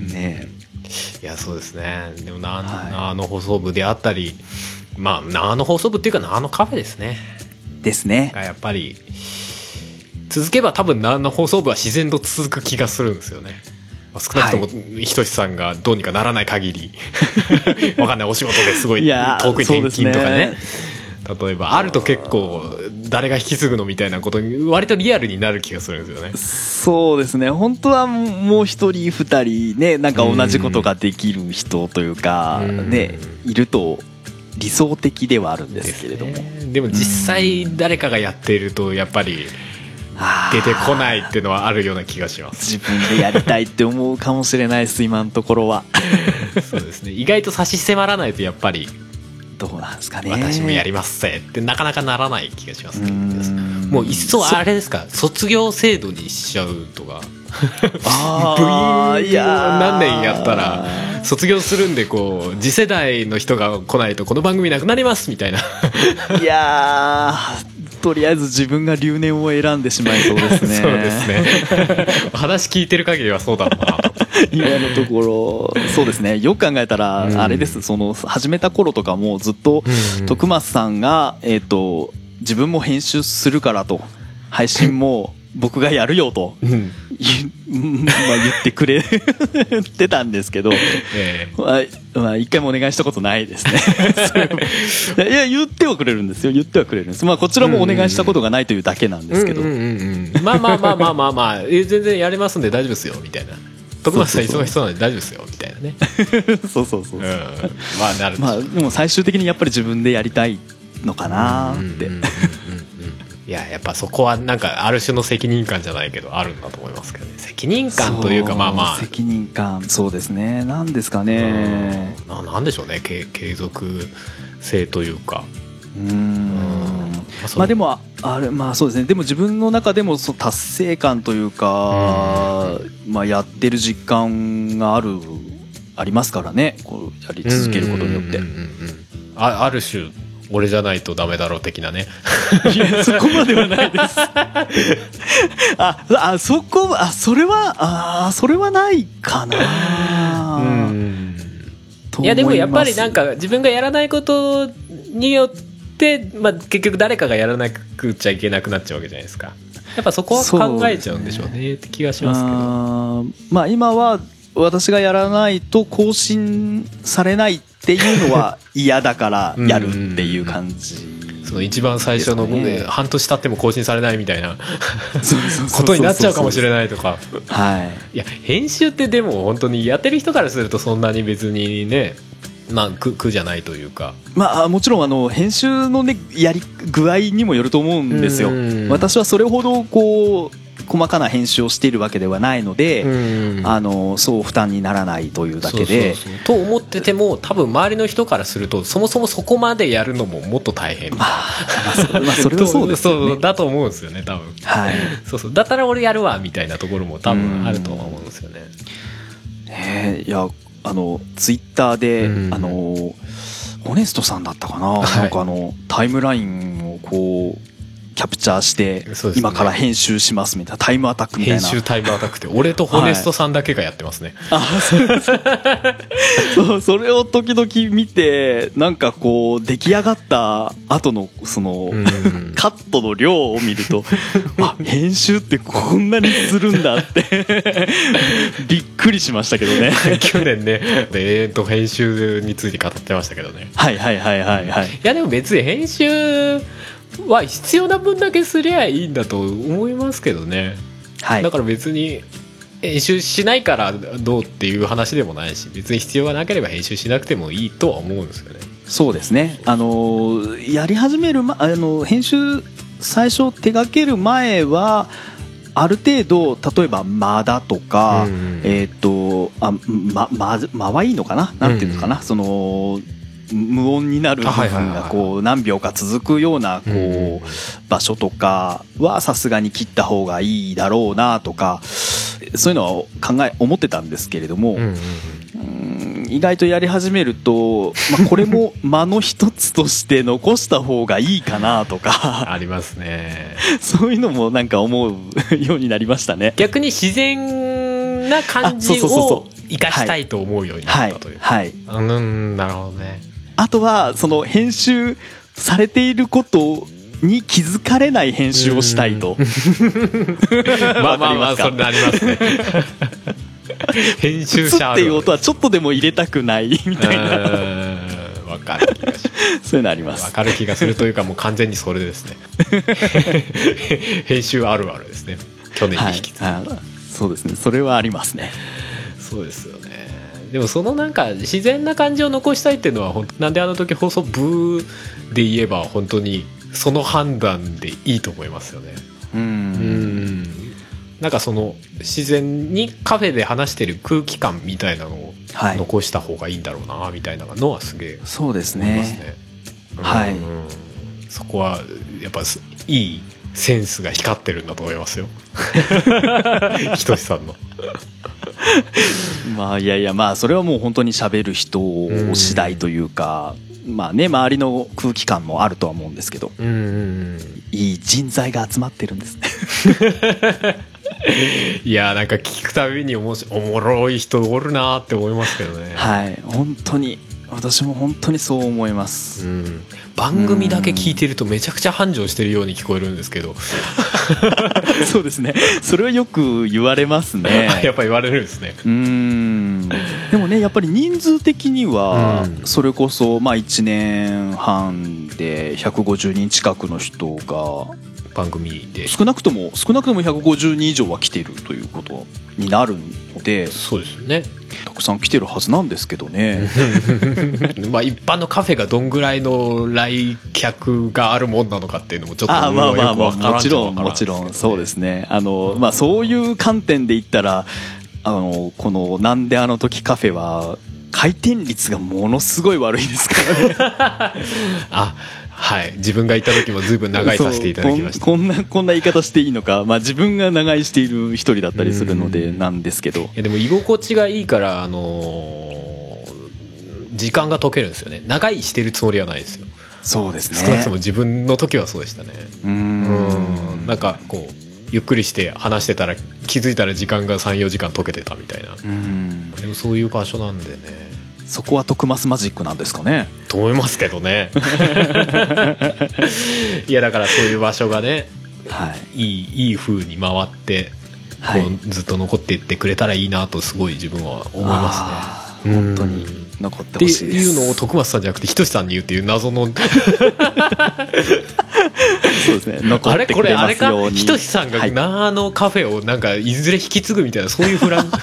ねえ。いや、そうですね。でもな、はい、なの放送部であったり、まあなの放送部っていうかなのカフェですね。 ですね。 がやっぱり続けば多分なの放送部は自然と続く気がするんですよね。少なくともひとしさんがどうにかならない限りわかんない、お仕事ですごい遠くに転勤とか ね, ね例えばあると結構誰が引き継ぐのみたいなことに割とリアルになる気がするんですよね。 そうですね、本当はもう一人二人ね、なんか同じことができる人というかね、いると理想的ではあるんですけれども、 で, ね、でも実際誰かがやっているとやっぱり出てこないっていうのはあるような気がします。 自分でやりたいって思うかもしれないです、今のところは。 そうですね、意外と差し迫らないとやっぱりどうなんですかね、 私もやりますぜってなかなかならない気がしますけど、もう一層あれですか、卒業制度にしちゃうとかあ部員何年やったら卒業するんで、こう次世代の人が来ないとこの番組なくなりますみたいな。 いやー、とりあえず自分が留年を選んでしまいそうですね。 そうですね。話聞いてる限りはそうだろうなと。 今のところそうですね。よく考えたらあれです、うん、その始めた頃とかもずっと徳松さんが、えーと、自分も編集するからと、配信も僕がやるよと、うん、まあ言ってくれてたんですけど、えーまあ、一回もお願いしたことないですね。いや、言ってはくれるんですよ、言ってはくれるんです。まあこちらもお願いしたことがないというだけなんですけど、 まあまあまあまあまあまあ全然やれますんで大丈夫ですよみたいな。徳松さん忙しそうなんで大丈夫ですよみたいなね。 そうそうそうそう、うん、 まあなる、 まあでも最終的にやっぱり自分でやりたいのかなって。 いや、やっぱそこはなんかある種の責任感じゃないけどあるんだと思いますけどね。責任感というか、まあまあ責任感、そうですね、なんですかね、 な, なんでしょうね、継続性というか、 うーん、うんまあでもあれ、まあそうですね、でも自分の中でもそ達成感というか、まあやってる実感があるありますからね、こうやり続けることによって、うんうんうんうん、 あ, ある種俺じゃないとダメだろう的なね。 いや、そこまではないです。ああ、そこ、あ、それは、あ、それはないかな。うん。 いや、でもやっぱりなんか自分がやらないことによって、まあ結局誰かがやらなくちゃいけなくなっちゃうわけじゃないですか。やっぱそこは考えちゃうんでしょうね、ねって気がしますけど。あ、 まあ今は私がやらないと更新されないっていうのは嫌だからやるっていう感じ、ね、 その一番最初の、ね、半年経っても更新されないみたいなことになっちゃうかもしれないとか。 はい。 いや、編集ってでも本当にやってる人からするとそんなに別にね、まあ、苦, 苦じゃないというか、 まあ、もちろんあの編集の、ね、やり具合にもよると思うんですよ。私はそれほどこう細かな編集をしているわけではないので、 うんあのそう負担にならないというだけで、 そうそうそうと思ってても多分周りの人からするとそもそもそこまでやるのももっと大変、 まあ、まあ、まあそれはそうですよね。 そうだと思うんですよね多分、 はい、 そうそうだったら俺やるわみたいなところも多分あるとは思うんですよね。 ね、いやあのツイッターで、 うん、 あのホネストさんだったかな、 はい、 なんかあのタイムラインをこうキャプチャーして、ね、今から編集しますみたいなタイムアタックみたいな。 編集タイムアタックって俺とホネストさんだけがやってますね、 はい、あそうそうそうそれを時々見てなんかこう出来上がった後のその、うん、カットの量を見るとあ編集ってこんなにするんだってびっくりしましたけどね去年ねえー、と編集について語ってましたけどね。 はいはいはいはいはい。いやでも別に編集は必要な分だけすりゃいいんだと思いますけどね、はい、だから別に編集しないからどうっていう話でもないし別に必要がなければ編集しなくてもいいとは思うんですよね。 そうですね、あのやり始める、ま、あの編集最初手掛ける前はある程度例えば間だとか、うんうん、えっ、ー、とあまま間はいいのかななんていうのかな、うんうん、その無音になる部分がこう何秒か続くようなこう場所とかはさすがに切った方がいいだろうなとかそういうのは考え思ってたんですけれども、うん意外とやり始めると、まあ、これも間の一つとして残した方がいいかなとかありますね。 そういうのもなんか思うようになりましたね。 逆に自然な感じを生かしたいと思うようになったという。 はい、はい、 うんなるほどね。 あとはその編集されていることに気づかれない編集をしたいとまあまあまあそれなりますね編集者っていう音はちょっとでも入れたくないみたいなわかる気がしますそういうのあります。 わかる気がするというかもう完全にそれですね編集あるあるですね去年に引き続き、はい、 そうですねそれはありますね。 そうですよね。でもそのなんか自然な感じを残したいっていうのはなんであの時放送部で言えば本当にその判断でいいと思いますよね。うんうんなんかその自然にカフェで話してる空気感みたいなのを残した方がいいんだろうなみたいなのはすげえ思いますね。 そうですね、うん、はい、 そこはやっぱいいセンスが光ってるんだと思いますよひとしさんのまあいやいやまあそれはもう本当に喋る人次第というか、うん、まあね周りの空気感もあるとは思うんですけど、うんうんうん、いい人材が集まってるんですねいやなんか聞くたびにおもしおもろい人おるなって思いますけどね。 はい本当に私も本当にそう思います、うん、 番組だけ聞いてるとめちゃくちゃ繁盛してるように聞こえるんですけどそうですねそれはよく言われますねやっぱ言われるんですね。 うんでもねやっぱり人数的にはそれこそまあいちねんはんでひゃくごじゅうにん近くの人が番組で少なくとも少なくともひゃくごじゅうにん以上は来てるということになるのでそうですよねたくさん来てるはずなんですけどねまあ一般のカフェがどんぐらいの来客があるもんなのかっていうのもちょっとあまあまあまあもちろんもちろんそうですねあの、まあ、そういう観点で言ったらあのこのなんであの時カフェは回転率がものすごい悪いですからねあはい自分がいた時もずいぶん長居させていただきましたこんなこんな言い方していいのか、まあ、自分が長居している一人だったりするのでなんですけど、いやでも居心地がいいから、あのー、時間が解けるんですよね。長居してるつもりはないですよ。 そうですね少なくとも自分の時はそうでしたね。うーんなんかこうゆっくりして話してたら気づいたら時間が さん,よ 時間解けてたみたいな。うんでもそういう場所なんでねそこはトクマスマジックなんですかねと思いますけどねいやだからそういう場所がね、はい、いいいい風に回って、はい、こうずっと残っていってくれたらいいなとすごい自分は思いますね。 本当に残ってほしいですっていうのを徳松さんじゃなくてひとしさんに言うっていう謎のそうですね残ってくれますように。 あれこれあれかひとしさんがなあのカフェをなんかいずれ引き継ぐみたいなそういうフラン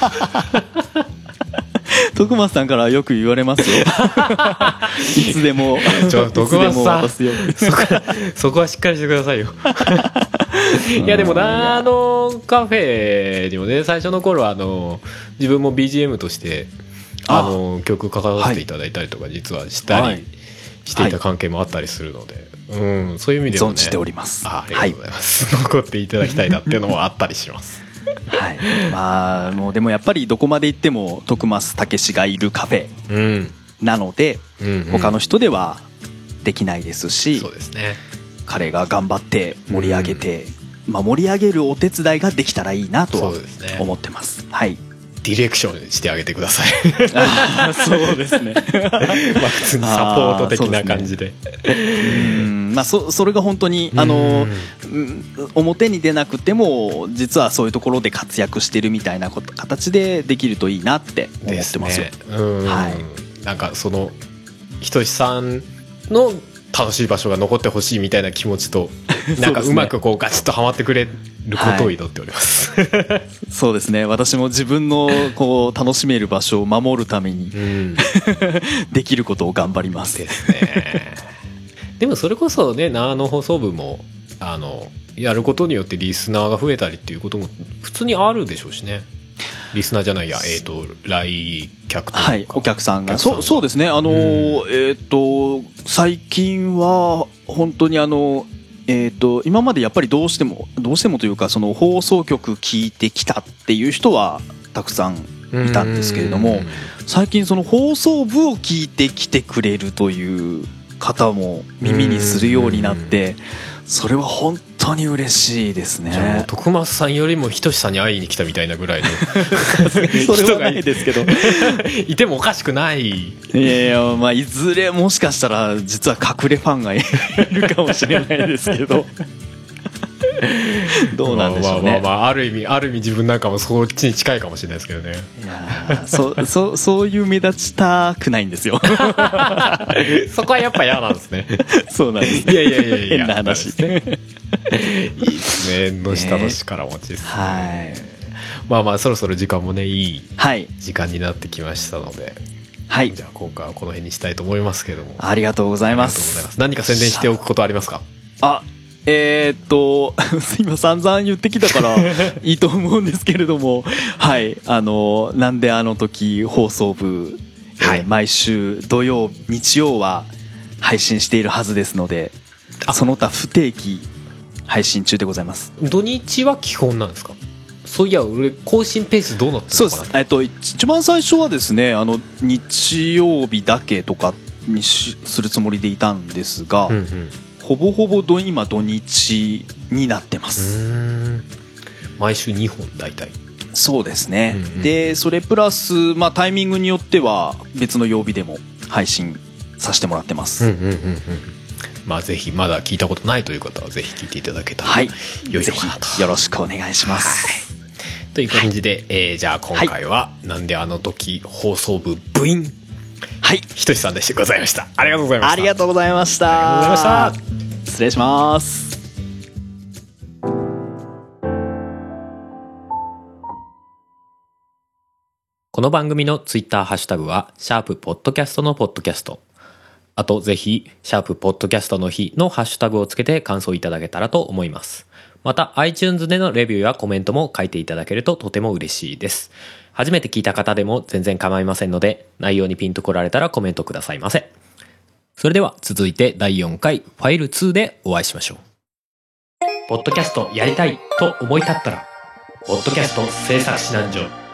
徳松さんからよく言われますよいつでもちょ徳松さんそこ、そこはしっかりしてくださいよいやでもな、あのカフェにもね、最初の頃はあの自分も ビージーエム としてあの曲かかっていただいたりとか実はしたり、はい、していた関係もあったりするので、はい、うん、そういう意味でもね、 存じております。 あ, ありがとうございます、はい、残っていただきたいなっていうのもあったりしますはい、まあもうでもやっぱりどこまで行っても徳増たけしがいるカフェなので、うんうんうん、他の人ではできないですし、 そうですね、 彼が頑張って盛り上げて、うん、まあ、盛り上げるお手伝いができたらいいなとは思ってます。はい。 ディレクションしてあげてください。 あ、そうですね。まあ普通にサポート的な感じで。 う、ね、ん、まあそそれが本当にあの表に出なくても実はそういうところで活躍してるみたいなこと形でできるといいなって思ってますよ。 ですね、うん、はい。なんかそのひとしさんの楽しい場所が残ってほしいみたいな気持ちとなんかうまくこうガチッとはまってくれることを祈っております、はい、 そうですね、私も自分のこう楽しめる場所を守るために、うん、できることを頑張りますですね。でもそれこそね、長野放送部もあのやることによってリスナーが増えたりっていうことも普通にあるでしょうしね。リスナーじゃないや、えーと、来客というか、 はい、お客さんが、そう、そうですね、あの、うん、えーと、最近は本当にあの、えーと、今までやっぱりどうしてもどうしてもというか、その放送局聞いてきたっていう人はたくさんいたんですけれども、最近その放送部を聞いてきてくれるという方も耳にするようになって、それは本当に嬉しいですね。 じゃあもう徳増さんよりもひとしさんに会いに来たみたいなぐらいのそれはないですけどいてもおかしくない。いやいや、まあ、いずれもしかしたら実は隠れファンがいるかもしれないですけどどうなんでしょうね。 まあまあまあ、ある意味ある意味自分なんかもそっちに近いかもしれないですけどね。 いやそそそういう目立ちたくないんですよそこはやっぱ嫌なんですね。 そうなんです、ね、 いやいやいやいや、 変な話ね。 いいですね、縁の下の力持ちですね、はい。まあまあそろそろ時間もね、いい時間になってきましたので、はい、じゃあ今回はこの辺にしたいと思いますけども。 ありがとうございます。 何か宣伝しておくことありますか？ あ、えー、っと今散々言ってきたからいいと思うんですけれども、はい、あのなんであの時放送部、はい、えー、毎週土曜日曜は配信しているはずですので、その他不定期配信中でございます。 土日は基本なんですか？そういや、俺更新ペースどうなってるのかな。 そうです、えっと、一番最初はですね、あの日曜日だけとかにしするつもりでいたんですが、うんうん、ほぼほぼど今土日になってます。うーん、 毎週にほん大体。 そうですね、うんうん、でそれプラス、まあ、タイミングによっては別の曜日でも配信させてもらってます。うんうんうんうん、 まあ、ぜひまだ聞いたことないという方はぜひ聞いていただけたら、はい、良いのかなと。 よろしくお願いします、はい、 という感じで、えー、じゃあ今回は、はい、なんであの時放送部部員、はい、ひとしさんでしてございました。ありがとうございました。 ありがとうございました。 ありがとうございました。 失礼します。 この番組のツイッターハッシュタグはシャープポッドキャストのポッドキャスト、あとぜひシャープポッドキャストの日のハッシュタグをつけて感想いただけたらと思います。また iTunes でのレビューやコメントも書いていただけるととても嬉しいです。初めて聞いた方でも全然構いませんので、内容にピンと来られたらコメントくださいませ。それでは続いてだいよんかいファイルツーでお会いしましょう。ポッドキャストやりたいと思い立ったら、ポッドキャスト制作指南所